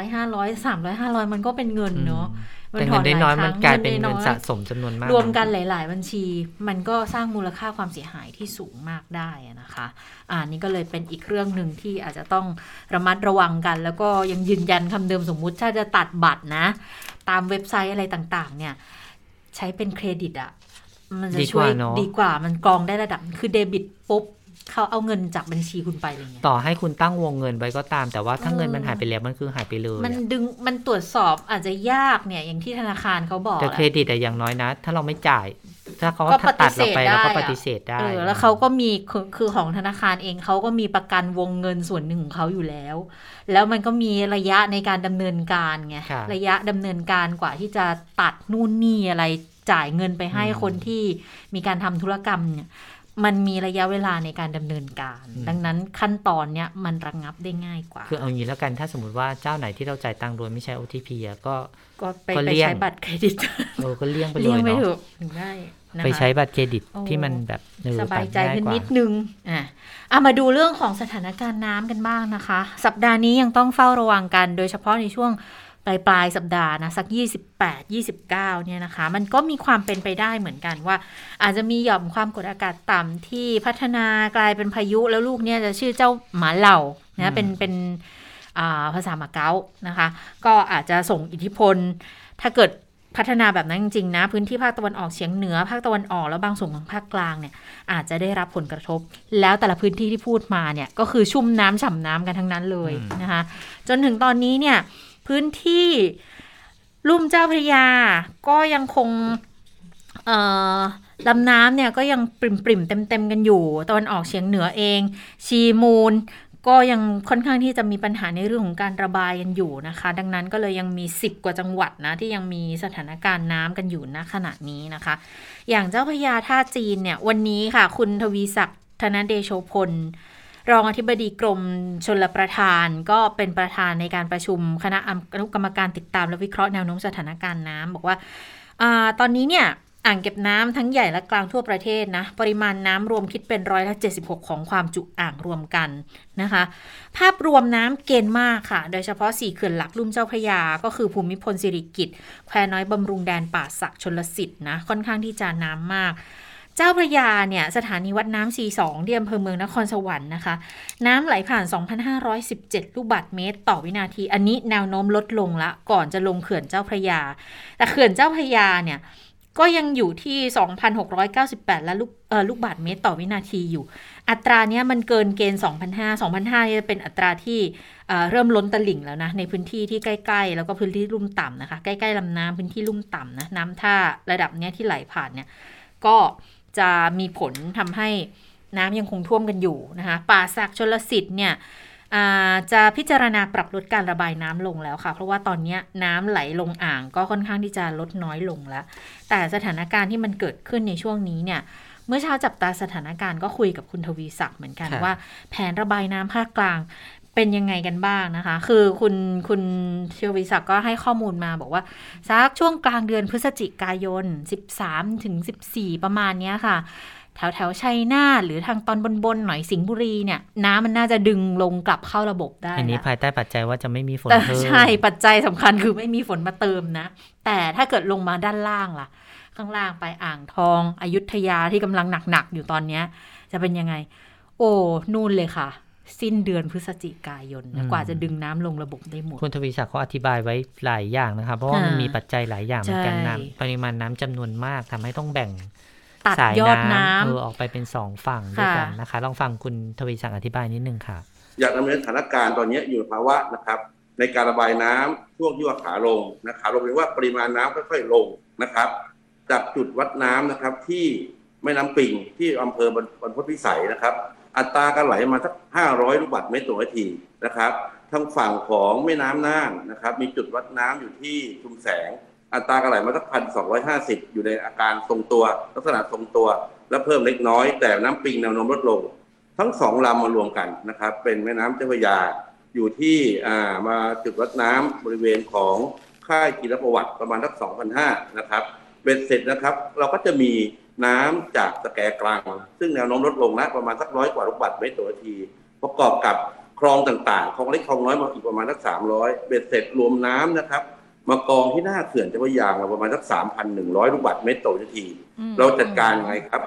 300-500มันก็เป็นเงินเนาะแต่เงินได้น้อยมันกลายเป็นเงินสะสมจำนวนมากรวมกันหลายๆบัญชีมันก็สร้างมูลค่าความเสียหายที่สูงมากได้นะคะนี่ก็เลยเป็นอีกเรื่องนึงที่อาจจะต้องระมัดระวังกันแล้วก็ยังยืนยันคำเดิมสมมุติถ้าจะตัดบัตรนะตามเว็บไซต์อะไรต่างๆเนี่ยใช้เป็นเครดิตมันจะช่วยดีกว่ามันกรองได้ระดับคือเดบิตปุ๊บเขาเอาเงินจากบัญชีคุณไปเลยไงต่อให้คุณตั้งวงเงินไว้ก็ตามแต่ว่าถ้าเงินมันหายไปแล้วมันคือหายไปเลยมันตรวจสอบอาจจะยากเนี่ยอย่างที่ธนาคารเขาบอกแต่เครดิตอย่างน้อยนะถ้าเราไม่จ่ายถ้าเขาตัดเราไปเราก็ปฏิเสธได้แล้วเขาก็มีคือของธนาคารเองเขาก็มีประกันวงเงินส่วนหนึ่งของเขาอยู่แล้วแล้วมันก็มีระยะในการดำเนินการไงระยะดำเนินการกว่าที่จะตัดนู่นนี่อะไรจ่ายเงินไปให้คนที่มีการทำธุรกรรมเนี่ยมันมีระยะเวลาในการดำเนินการดังนั้นขั้นตอนเนี้ยมันระงับได้ง่ายกว่าคือเอางี้แล้วกันถ้าสมมติว่าเจ้าไหนที่เราจ่ายตังค์โดยไม่ใช้ OTP ก็ไปใช้บัตรเครดิตก็เลี่ยงไปเลยเนาะได้ไปใช้บัตรเครดิตที่มันแบบสบายใจขึ้นนิดนึงมาดูเรื่องของสถานการณ์น้ำกันบ้างนะคะสัปดาห์นี้ยังต้องเฝ้าระวังกันโดยเฉพาะในช่วงปลายสัปดาห์นะสัก28-29เนี่ยนะคะมันก็มีความเป็นไปได้เหมือนกันว่าอาจจะมีหย่อมความกดอากาศต่ำที่พัฒนากลายเป็นพายุแล้วลูกเนี่ยจะชื่อเจ้าหมาเหล่านะเป็นภาษามาเก๊านะคะก็อาจจะส่งอิทธิพลถ้าเกิดพัฒนาแบบนั้นจริงๆนะพื้นที่ภาคตะวันออกเฉียงเหนือภาคตะวันออกแล้วบางส่วนของภาคกลางเนี่ยอาจจะได้รับผลกระทบแล้วแต่ละพื้นที่ที่พูดมาเนี่ยก็คือชุ่มน้ำฉ่ำน้ำกันทั้งนั้นเลยนะคะจนถึงตอนนี้เนี่ยพื้นที่ลุ่มเจ้าพระยาก็ยังคงลำน้ำเนี่ยก็ยังปริ่มๆเต็มๆกันอยู่ตะวันออกเฉียงเหนือเองชีมูลก็ยังค่อนข้างที่จะมีปัญหาในเรื่องของการระบายกันอยู่นะคะดังนั้นก็เลยยังมี10กว่าจังหวัดนะที่ยังมีสถานการณ์น้ำกันอยู่ณขณะนี้นะคะอย่างเจ้าพระยาท่าจีนเนี่ยวันนี้ค่ะคุณทวีศักดิ์ธนเดโชพลรองอธิบดีกรมชลประทานก็เป็นประธานในการประชุมคณะอนุกรรมการติดตามและวิเคราะห์แนวโน้มสถานการณ์น้ำบอกว่าตอนนี้เนี่ยอ่างเก็บน้ำทั้งใหญ่และกลางทั่วประเทศนะปริมาณน้ำรวมคิดเป็น76%ของความจุอ่างรวมกันนะคะภาพรวมน้ำเกณฑ์มากค่ะโดยเฉพาะ4เขื่อนหลักลุ่มเจ้าพระยาก็คือภูมิพลสิริกิติ์แควน้อยบำรุงแดนป่าสักชลสิทธิ์นะค่อนข้างที่จะน้ำมากเจ้าพระยาเนี่ยสถานีวัดน้ำ C2 ที่อำเภอเมืองนครสวรรค์นะคะน้ำไหลผ่าน 2,517 ลูกบาศก์เมตรต่อวินาทีอันนี้แนวโน้มลดลงละก่อนจะลงเขื่อนเจ้าพระยาแต่เขื่อนเจ้าพระยาเนี่ยก็ยังอยู่ที่ 2,698 และลูกบาศก์เมตรต่อวินาทีอยู่อัตราเนี้ยมันเกินเกณฑ์ 2,500 นี่จะเป็นอัตราที่เริ่มล้นตลิ่งแล้วนะในพื้นที่ที่ใกล้ๆแล้วก็พื้นที่ลุ่มต่ำนะคะใกล้ๆลำน้ำพื้นที่ลุ่มต่ำนะน้ำท่าระดับเนี้ยที่ไหลผ่านเนี่ยก็จะมีผลทำให้น้ำยังคงท่วมกันอยู่นะคะป่าสักชลสิทธิ์เนี่ยจะพิจารณาปรับลดการระบายน้ำลงแล้วค่ะเพราะว่าตอนนี้น้ำไหลลงอ่างก็ค่อนข้างที่จะลดน้อยลงแล้วแต่สถานการณ์ที่มันเกิดขึ้นในช่วงนี้เนี่ยเมื่อเช้าจับตาสถานการณ์ก็คุยกับคุณทวีศักดิ์เหมือนกันว่าแผนระบายน้ำภาคกลางเป็นยังไงกันบ้างนะคะคือคุณทวีศักดิ์ก็ให้ข้อมูลมาบอกว่าสักช่วงกลางเดือนพฤศจิกายน13 ถึง 14ประมาณนี้ค่ะแถวชัยนาทหรือทางตอนบนๆหน่อยสิงห์บุรีเนี่ยน้ำมันน่าจะดึงลงกลับเข้าระบบได้อันนี้ภายใต้ปัจจัยว่าจะไม่มีฝนเพิ่มใช่ปัจจัยสำคัญคือไม่มีฝนมาเติมนะแต่ถ้าเกิดลงมาด้านล่างล่ะข้างล่างไปอ่างทองอยุธยาที่กำลังหนักๆอยู่ตอนนี้จะเป็นยังไงโอ้นู่นเลยค่ะสิ้นเดือนพฤศจิกายนกว่าจะดึงน้ำลงระบบได้หมดคุณทวีศักดิ์เขาอธิบายไว้หลายอย่างนะครับเพราะว่ามันมีปัจจัยหลายอย่างเหมือนกันน้ำปริมาณน้ำจำนวนมากทำให้ต้องแบ่งตัดยอดน้ำออกไปเป็น2ฝั่งด้วยกันนะคะลองฟังคุณทวีศักดิ์อธิบายนิดนึงค่ะอยากดำเนินสถานการณ์ตอนนี้อยู่ในภาวะนะครับในการระบายน้ำช่วงที่ว่าขาลงนะขาลงแปลว่าปริมาณน้ำค่อยๆลงนะครับจากจุดวัดน้ำนะครับที่แม่น้ำปิงที่อำเภอบรรพตพิสัยนะครับอัตราการไหลมาสัก500 ลูกบาศก์เมตรต่อนาทีนะครับทางฝั่งของแม่น้ำน่านนะครับมีจุดวัดน้ำอยู่ที่ชุมแสงอัตราการไหลมาสัก1,250อยู่ในอาการทรงตัวลักษณะทรงตัวและเพิ่มเล็กน้อยแต่น้ำปิงแนวโน้มลดลงทั้ง2ลำมารวมกันนะครับเป็นแม่น้ำเจ้าพระยาอยู่ที่มาจุดวัดน้ำบริเวณของค่ายกีรประวัติประมาณสัก 2,500 นะครับเบ็ดเสร็จนะครับเราก็จะมีน้ำจากตะแกกลางซึ่งแนวโน้มลดลงนะประมาณสัก100 กว่าลูกบาศก์เมตรต่อนาทีประกอบกับคลองต่างๆคลองเล็กคลองน้อยมาอีกประมาณสัก300เบ็ดเสร็จรวมน้ำนะครับมากองที่หน้าเขื่อนเจ้าพระยาประมาณสัก 3,100 ลูกบาศก์เมตรต่อนาทีเราจัดการยังไงครับ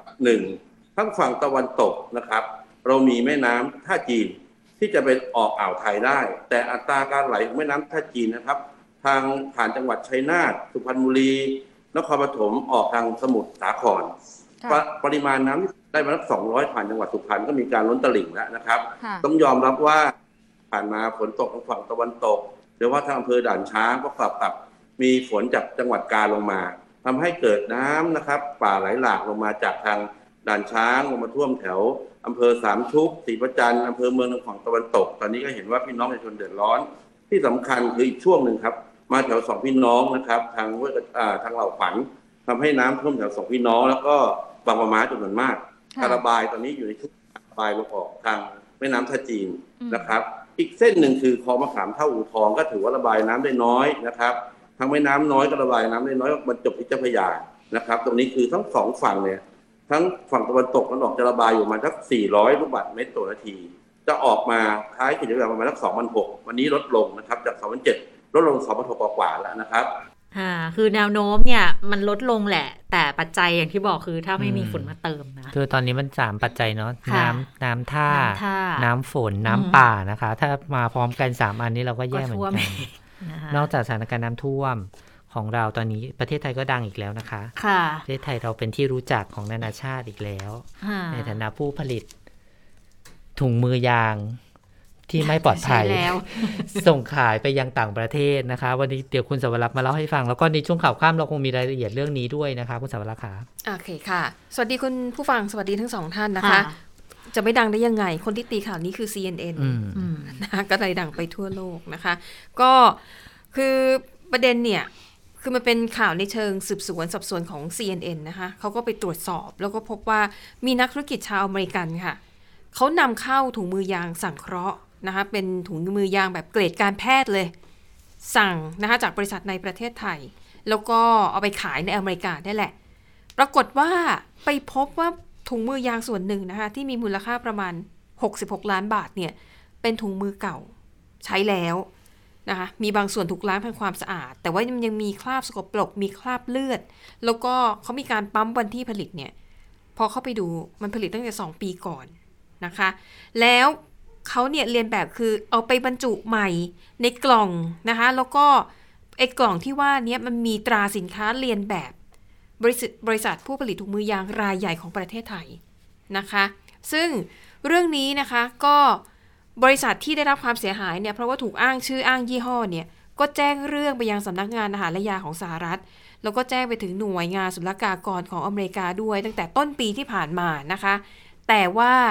1ทั้งฝั่งตะวันตกนะครับเรามีแม่น้ำท่าจีนที่จะไปออกอ่าวไทยได้แต่อัตราการไหลของแม่น้ำท่าจีนนะครับทางผ่านจังหวัดชัยนาทสุพรรณบุรีนครปฐมออกทางสมุทรสาครปริมาณน้ำได้มาสัก200ผ่านจังหวัดสุพรรณก็มีการล้นตลิ่งแล้วนะครับต้องยอมรับว่าผ่านมาฝนตกทางฝั่งตะวันตกหรือว่าทางอำเภอด่านช้างก็กลับมีฝนจากจังหวัดกาญลงมาทำให้เกิดน้ำนะครับป่าไหลหลากลงมาจากทางด่านช้างลงมาท่วมแถวอำเภอสามชุกศรีประจันทร์อำเภอเมืองทางฝั่งตะวันตกตอนนี้ก็เห็นว่าพี่น้องประชาชนเดือดร้อนที่สำคัญคืออีกช่วงหนึ่งครับมาแถวสองพี่น้องนะครับทางเหล่าฝันทำให้น้ำท่วมแถวสองพี่น้องแล้วก็บางปะมาจำนวนมากการระบายตอนนี้อยู่ในช่วงระบายลงออกทางแม่น้ำท่าจีนนะครับอีกเส้นหนึ่งคือคลองมะขามเท่าอู่ทองก็ถือว่าระบายน้ำได้น้อยนะครับทางแม่น้ำน้อยก็ระบายน้ำได้น้อยบรรจบที่เจ้าพระยานะครับตรงนี้คือทั้ง2ฝั่งเนี่ยทั้งฝั่งตะวันตกและตะวันออกจะระบายอยู่มาสัก400 ลูกบาศก์เมตรต่อนาทีจะออกมาท้ายกิจกรรมประมาณสัก 2,600 วันนี้ลดลงนะครับจาก 2,700 ลดลง 2,600 กว่าแล้วนะครับคือแนวโน้มเนี่ยมันลดลงแหละแต่ปัจจัยอย่างที่บอกคือถ้าไม่มีฝนมาเติมนะคือตอนนี้มัน3ปัจจัยเนาะน้ำท่าน้ำฝนน้ำป่านะคะถ้ามาพร้อมกัน3อันนี้เราก็แย่เหมือนกันนอกจากสถานการณ์น้ำท่วมของเราตอนนี้ประเทศไทยก็ดังอีกแล้วนะคะประเทศไทยเราเป็นที่รู้จักของนานาชาติอีกแล้วในฐานะผู้ผลิตถุงมือยางที่ไม่ปลอดภัยส่งขายไปยังต่างประเทศนะคะวันนี้เดี๋ยวคุณสวรักษ์มาเล่าให้ฟังแล้วก็ในช่วงข่าวข้ามเราคงมีรายละเอียดเรื่องนี้ด้วยนะคะคุณสวรักษ์ค่ะโอเคค่ะสวัสดีคุณผู้ฟังสวัสดีทั้งสองท่านนะคะจะไม่ดังได้ยังไงคนที่ตีข่าวนี้คือ CNN นะคะก็เลยดังไปทั่วโลกนะคะก็คือประเด็นเนี่ยคือมันเป็นข่าวในเชิงสืบสวนสอบสวนของ CNN นะคะเขาก็ไปตรวจสอบแล้วก็พบว่ามีนักธุรกิจชาวอเมริกันค่ะเขานำเข้าถุงมือยางสังเคราะห์นะคะเป็นถุงมือยางแบบเกรดการแพทย์เลยสั่งนะคะจากบริษัทในประเทศไทยแล้วก็เอาไปขายในอเมริกาได้แหละปรากฏว่าไปพบว่าถุงมือยางส่วนหนึ่งนะคะที่มีมูลค่าประมาณ66 ล้านบาทเนี่ยเป็นถุงมือเก่าใช้แล้วนะคะมีบางส่วนถูกล้างทำความสะอาดแต่ว่ามันยังมีคราบสกปรกมีคราบเลือดแล้วก็เขามีการปั๊มวันที่ผลิตเนี่ยพอเข้าไปดูมันผลิตตั้งแต่2 ปีก่อนนะคะแล้วเขาเนี่ยเรียนแบบคือเอาไปบรรจุใหม่ในกล่องนะคะแล้วก็ไอ้กล่องที่ว่านี้มันมีตราสินค้าเรียนแบบบริษัทผู้ผลิตถุงมือยางรายใหญ่ของประเทศไทยนะคะซึ่งเรื่องนี้นะคะก็บริษัทที่ได้รับความเสียหายเนี่ยเพราะว่าถูกอ้างชื่ออ้างยี่ห้อเนี่ยก็แจ้งเรื่องไปยังสำนักงานอาหารและยาของสหรัฐแล้วก็แจ้งไปถึงหน่วยงานศุลกากรของอเมริกาด้วยตั้งแต่ต้นปีที่ผ่านมานะคะแต่ว่า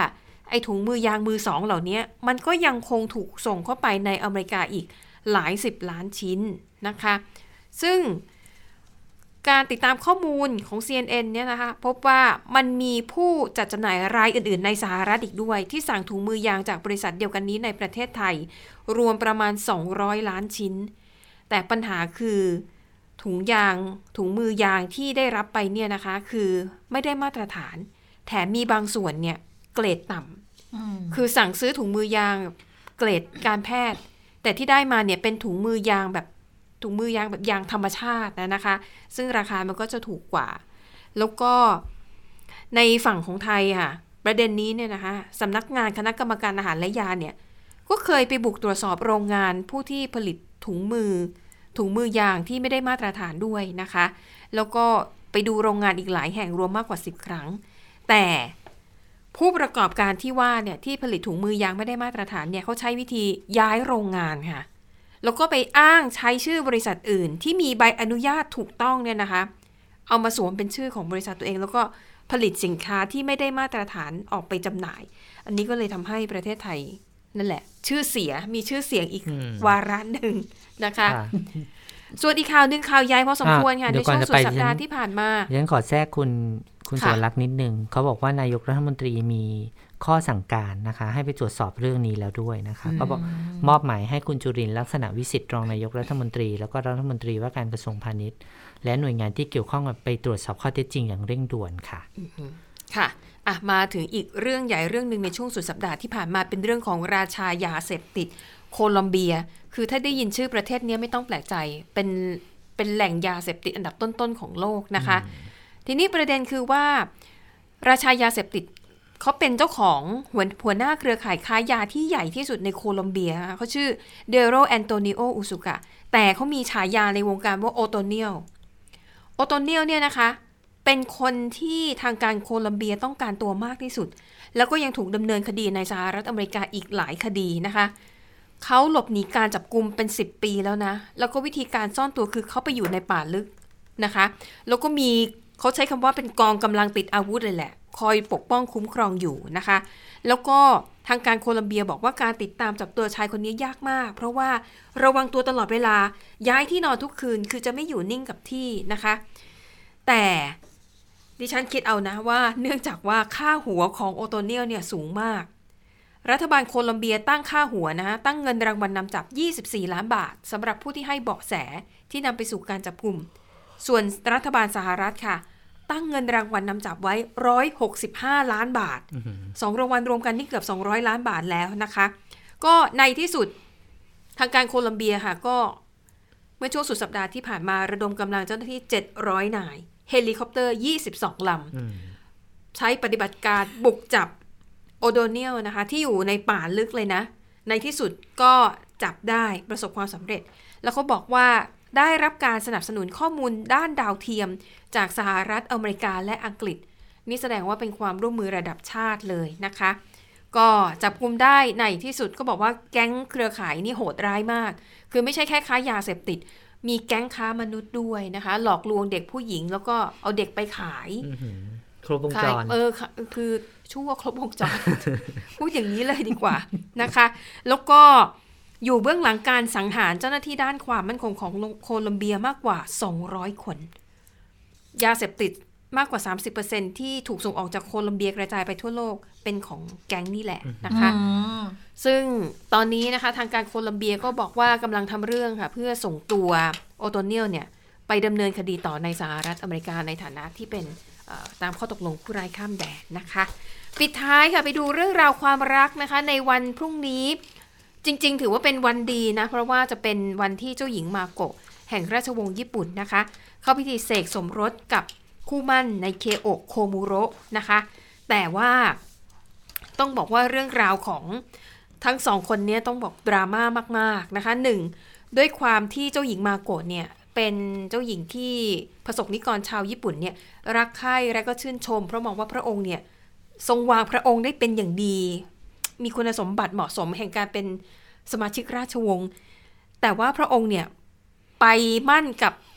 ไอ้ถุงมือยางมือสองเหล่านี้มันก็ยังคงถูกส่งเข้าไปในอเมริกาอีกหลาย10 ล้านชิ้นนะคะซึ่งการติดตามข้อมูลของ CNN เนี่ยนะคะพบว่ามันมีผู้จัดจำหน่ายรายอื่นๆในสหรัฐอีกด้วยที่สั่งถุงมือยางจากบริษัทเดียวกันนี้ในประเทศไทยรวมประมาณ200 ล้านชิ้นแต่ปัญหาคือถุงมือยางที่ได้รับไปเนี่ยนะคะคือไม่ได้มาตรฐานแถมมีบางส่วนเนี่ยเกรดต่ำคือสั่งซื้อถุงมือยางเกรดการแพทย์แต่ที่ได้มาเนี่ยเป็นถุงมือยางแบบยางธรรมชาตินะคะซึ่งราคามันก็จะถูกกว่าแล้วก็ในฝั่งของไทยค่ะประเด็นนี้เนี่ยนะคะสำนักงานคณะกรรมการอาหารและยาเนี่ยก็เคยไปบุกตรวจสอบโรงงานผู้ที่ผลิตถุงมือยางที่ไม่ได้มาตรฐานด้วยนะคะแล้วก็ไปดูโรงงานอีกหลายแห่งรวมมากกว่า10 ครั้งแต่ผู้ประกอบการที่ว่าเนี่ยที่ผลิตถุงมือยางไม่ได้มาตรฐานเนี่ยเขาใช้วิธีย้ายโรงงานค่ะแล้วก็ไปอ้างใช้ชื่อบริษัทอื่นที่มีใบอนุญาตถูกต้องเนี่ยนะคะเอามาสวมเป็นชื่อของบริษัทตัวเองแล้วก็ผลิตสินค้าที่ไม่ได้มาตรฐานออกไปจำหน่ายอันนี้ก็เลยทำให้ประเทศไทยนั่นแหละมีชื่อเสียงอีกวาระหนึ่งนะคะส่วนอีกข่าวนึงข่าวใหญ่พอสมควรค่ะในช่วงสุดสัปดาห์ที่ผ่านมาฉันขอแทรกคุณสวรรค์นิดนึงเขาบอกว่านายกรัฐมนตรีมีข้อสั่งการนะคะให้ไปตรวจสอบเรื่องนี้แล้วด้วยนะคะก็บอกมอบหมายให้คุณจุรินทร์ลักษณะวิสิทธิ์รองนายกรัฐมนตรีแล้วก็รัฐมนตรีว่าการกระทรวงพาณิชย์และหน่วยงานที่เกี่ยวข้องไปตรวจสอบข้อเท็จจริงอย่างเร่งด่วนค่ะค่ะมาถึงอีกเรื่องใหญ่เรื่องนึงในช่วงสุดสัปดาห์ที่ผ่านมาเป็นเรื่องของราชายาเสพติดโคลอมเบียคือถ้าได้ยินชื่อประเทศนี้ไม่ต้องแปลกใจเป็นแหล่งยาเสพติดอันดับต้นๆของโลกนะคะทีนี้ประเด็นคือว่าราชายาเสพติดเขาเป็นเจ้าของหัวหน้าเครือข่ายค้ายาที่ใหญ่ที่สุดในโคลอมเบียเขาชื่อเดโรแอนโตนิโออุซุกะแต่เขามีฉายาในวงการว่าโอโตเนียลเนี่ยนะคะเป็นคนที่ทางการโคลอมเบียต้องการตัวมากที่สุดแล้วก็ยังถูกดำเนินคดีในสหรัฐอเมริกาอีกหลายคดีนะคะเขาหลบหนีการจับกุมเป็น10 ปีแล้วนะแล้วก็วิธีการซ่อนตัวคือเขาไปอยู่ในป่าลึกนะคะแล้วก็มีเขาใช้คำว่าเป็นกองกำลังติดอาวุธเลยแหละคอยปกป้องคุ้มครองอยู่นะคะแล้วก็ทางการโคลอมเบียบอกว่าการติดตามจับตัวชายคนนี้ยากมากเพราะว่าระวังตัวตลอดเวลาย้ายที่นอนทุกคืนคือจะไม่อยู่นิ่งกับที่นะคะแต่ดิฉันคิดเอานะว่าเนื่องจากว่าค่าหัวของโอโตเนียลเนี่ยสูงมากรัฐบาลโคลอมเบียตั้งค่าหัวนะตั้งเงินรางวัลนำจับ24 ล้านบาทสำหรับผู้ที่ให้เบาะแสที่นำไปสู่การจับกุมส่วนรัฐบาลสหรัฐค่ะตั้งเงินรางวัลนำจับไว้165 ล้านบาท2 รางวัลรวมกันนี่เกือบ200 ล้านบาทแล้วนะคะก็ในที่สุดทางการโคลอมเบียค่ะก็เมื่อช่วงสุดสัปดาห์ที่ผ่านมาระดมกำลังเจ้าหน้าที่700 นายเฮลิคอปเตอร์22 ลำใช้ปฏิบัติการบุกจับโอโตเนียลนะคะที่อยู่ในป่าลึกเลยนะในที่สุดก็จับได้ประสบความสำเร็จแล้วเขาบอกว่าได้รับการสนับสนุนข้อมูลด้านดาวเทียมจากสหรัฐอเมริกาและอังกฤษนี่แสดงว่าเป็นความร่วมมือระดับชาติเลยนะคะก็จับกุมได้ในที่สุดก็บอกว่าแก๊งเครือข่ายนี่โหดร้ายมากคือไม่ใช่แค่ค้ายาเสพติดมีแก๊งค้ามนุษย์ด้วยนะคะหลอกลวงเด็กผู้หญิงแล้วก็เอาเด็กไปขายครบวงจรคือชั่วครบวงจร พูดอย่างนี้เลยดีกว่านะคะแล้วก็อยู่เบื้องหลังการสังหารเจ้าหน้าที่ด้านความมั่นคงของโคลอมเบียมากกว่า200 คนยาเสพติดมากกว่า 30% ที่ถูกส่งออกจากโคลอมเบียกระจายไปทั่วโลกเป็นของแก๊งนี่แหละนะคะซึ่งตอนนี้นะคะทางการโคลอมเบียก็บอกว่ากำลังทำเรื่องค่ะเพื่อส่งตัวโอโตเนียลเนี่ยไปดำเนินคดีต่อในสหรัฐอเมริกาในฐานะที่เป็นตามข้อตกลงผู้ร้ายข้ามแดนนะคะปิดท้ายค่ะไปดูเรื่องราวความรักนะคะในวันพรุ่งนี้จริงๆถือว่าเป็นวันดีนะเพราะว่าจะเป็นวันที่เจ้าหญิงมาโกะแห่งราชวงศ์ญี่ปุ่นนะคะเข้าพิธีเสกสมรสกับคู่มั่นในเคโอะโคมูโระนะคะแต่ว่าต้องบอกว่าเรื่องราวของทั้งสองคนนี้ต้องบอกดราม่ามากๆนะคะ1ด้วยความที่เจ้าหญิงมาโกะเนี่ยเป็นเจ้าหญิงที่ประสบนิกรชาวญี่ปุ่นเนี่ยรักใคร่และก็ชื่นชมเพราะมองว่าพระองค์เนี่ยทรงวางพระองค์ได้เป็นอย่างดีมีคุณสมบัติเหมาะสมแห่งการเป็นสมาชิกราชวงศ์แต่ว่าพระองค์เนี่ยไปมั่นกับ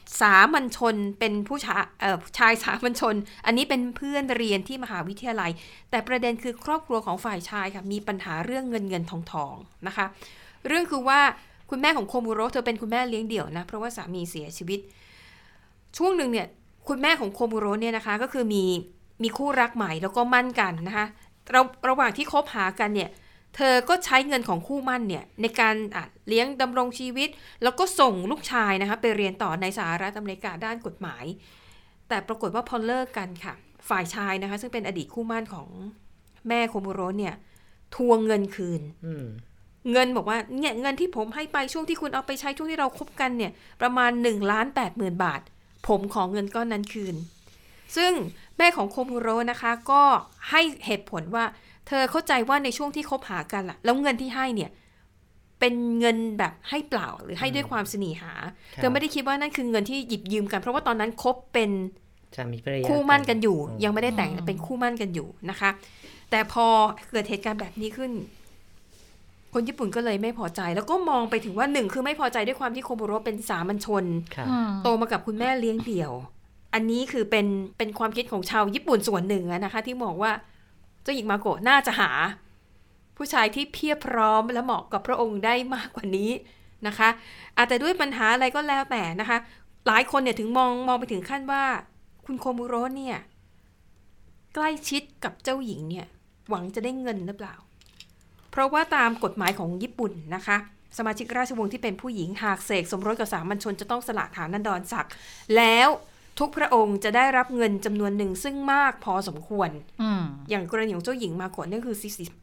สามัญชนเป็นผู้ชายสามัญชนอันนี้เป็นเพื่อนเรียนที่มหาวิทยาลัยแต่ประเด็นคือครอบครัวของฝ่ายชายค่ะมีปัญหาเรื่องเงินทองนะคะเรื่องคือว่าคุณแม่ของโคมูโระเธอเป็นคุณแม่เลี้ยงเดี่ยวนะเพราะว่าสามีเสียชีวิตช่วงหนึ่งเนี่ยคุณแม่ของโคมูโระเนี่ยนะคะก็คือมีคู่รักใหม่แล้วก็มั่นกันนะคะระหว่างที่คบหากันเนี่ยเธอก็ใช้เงินของคู่มั่นเนี่ยในการเลี้ยงดำรงชีวิตแล้วก็ส่งลูกชายนะคะไปเรียนต่อในสหรัฐอเมริกาด้านกฎหมายแต่ปรากฏว่าพอเลิกกันค่ะฝ่ายชายนะคะซึ่งเป็นอดีตคู่มั่นของแม่โคมูโระเนี่ยทวงเงินคืนเงินบอกว่าเนี่ยเงินที่ผมให้ไปช่วงที่คุณเอาไปใช้ช่วงที่เราคบกันเนี่ยประมาณ 1,80,000 บาทผมขอเงินก้อนนั้นคืนซึ่งแม่ของโคมูโระนะคะก็ให้เหตุผลว่าเธอเข้าใจว่าในช่วงที่คบหากันล่ะแล้วเงินที่ให้เนี่ยเป็นเงินแบบให้เปล่าหรือให้ด้วยความเสน่หาเธอไม่ได้คิดว่านั่นคือเงินที่หยิบยืมกันเพราะว่าตอนนั้นคบเป็นคู่มั่นกันอยู่ยังไม่ได้แต่งเป็นคู่มั่นกันอยู่นะคะแต่พอเกิดเหตุการณ์แบบนี้ขึ้นคนญี่ปุ่นก็เลยไม่พอใจแล้วก็มองไปถึงว่า1คือไม่พอใจด้วยความที่โคมูโระเป็นสามัญชนโตมากับคุณแม่เลี้ยงเดี่ยวอันนี้คือเป็นความคิดของชาวญี่ปุ่นส่วนหนึ่งนะคะที่มองว่าเจ้าหญิงมาโกะน่าจะหาผู้ชายที่เพียบพร้อมและเหมาะกับพระองค์ได้มากกว่านี้นะคะแต่ด้วยปัญหาอะไรก็แล้วแต่นะคะหลายคนเนี่ยถึงมองไปถึงขั้นว่าคุณโคมูโระเนี่ยใกล้ชิดกับเจ้าหญิงเนี่ยหวังจะได้เงินหรือเปล่าเพราะว่าตามกฎหมายของญี่ปุ่นนะคะสมาชิกราชวงศ์ที่เป็นผู้หญิงหากเสกสมรสกับสามัญชนจะต้องสละฐานันดรศักดิ์แล้วทุกพระองค์จะได้รับเงินจำนวนหนึ่งซึ่งมากพอสมควรอย่างกรณีของเจ้าหญิงมาโกะนี่คือ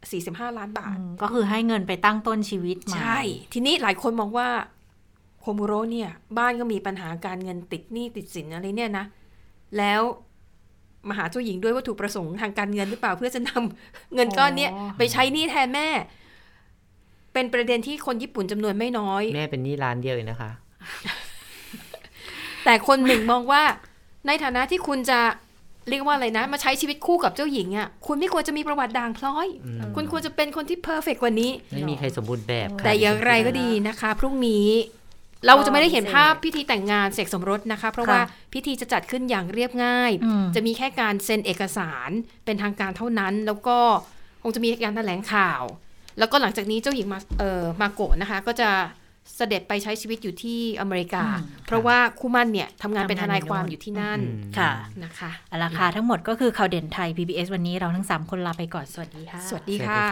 45 ล้านบาทก็คือให้เงินไปตั้งต้นชีวิตมาใช่ทีนี้หลายคนมองว่าโคมูโระเนี่ยบ้านก็มีปัญหาการเงินติดหนี้ติดสินอะไรเนี่ยนะแล้วมาหาเจ้าหญิงด้วยวัตถุประสงค์ทางการเงินหรือเปล่าเพื่อจะนำเงินก้อนนี้ไปใช้หนี้แทนแม่เป็นประเด็นที่คนญี่ปุ่นจำนวนไม่น้อยแม่เป็นหนี้ล้านเดียวเองนะคะแต่คนหนึ่งมองว่าในฐานะที่คุณจะเรียกว่าอะไรนะมาใช้ชีวิตคู่กับเจ้าหญิงอ่ะคุณไม่ควรจะมีประวัติด่างพร้อยคุณควรจะเป็นคนที่เพอร์เฟกต์กว่านี้ไม่มีใครสมบูรณ์แบบแต่อย่างไรก็ดีนะคะพรุ่งนี้เราจะไม่ได้เห็นภาพพิธีแต่งงานเสกสมรสนะคะเพราะว่าพิธีจะจัดขึ้นอย่างเรียบง่ายจะมีแค่การเซ็นเอกสารเป็นทางการเท่านั้นแล้วก็คงจะมีการแถลงข่าวแล้วก็หลังจากนี้เจ้าหญิงมาโกะนะคะก็จะเสด็จไปใช้ชีวิตอยู่ที่อเมริกาเพราะว่าคู่มั่นเนี่ยทำงานเป็นทนายความอยู่ที่นั่นค่ะนะคะราคาทั้งหมดก็คือข่าวเด่นไทย PBS วันนี้เราทั้ง3คนลาไปก่อนสวัสดีค่ะสวัสดีค่ะ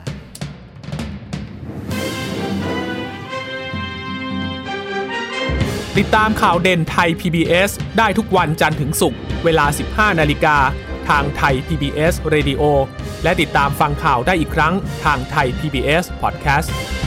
ติดตามข่าวเด่นไทย PBS ได้ทุกวันจันทร์ถึงศุกร์เวลา 15 นาฬิกาทางไทย PBS Radio และติดตามฟังข่าวได้อีกครั้งทางไทย PBS Podcast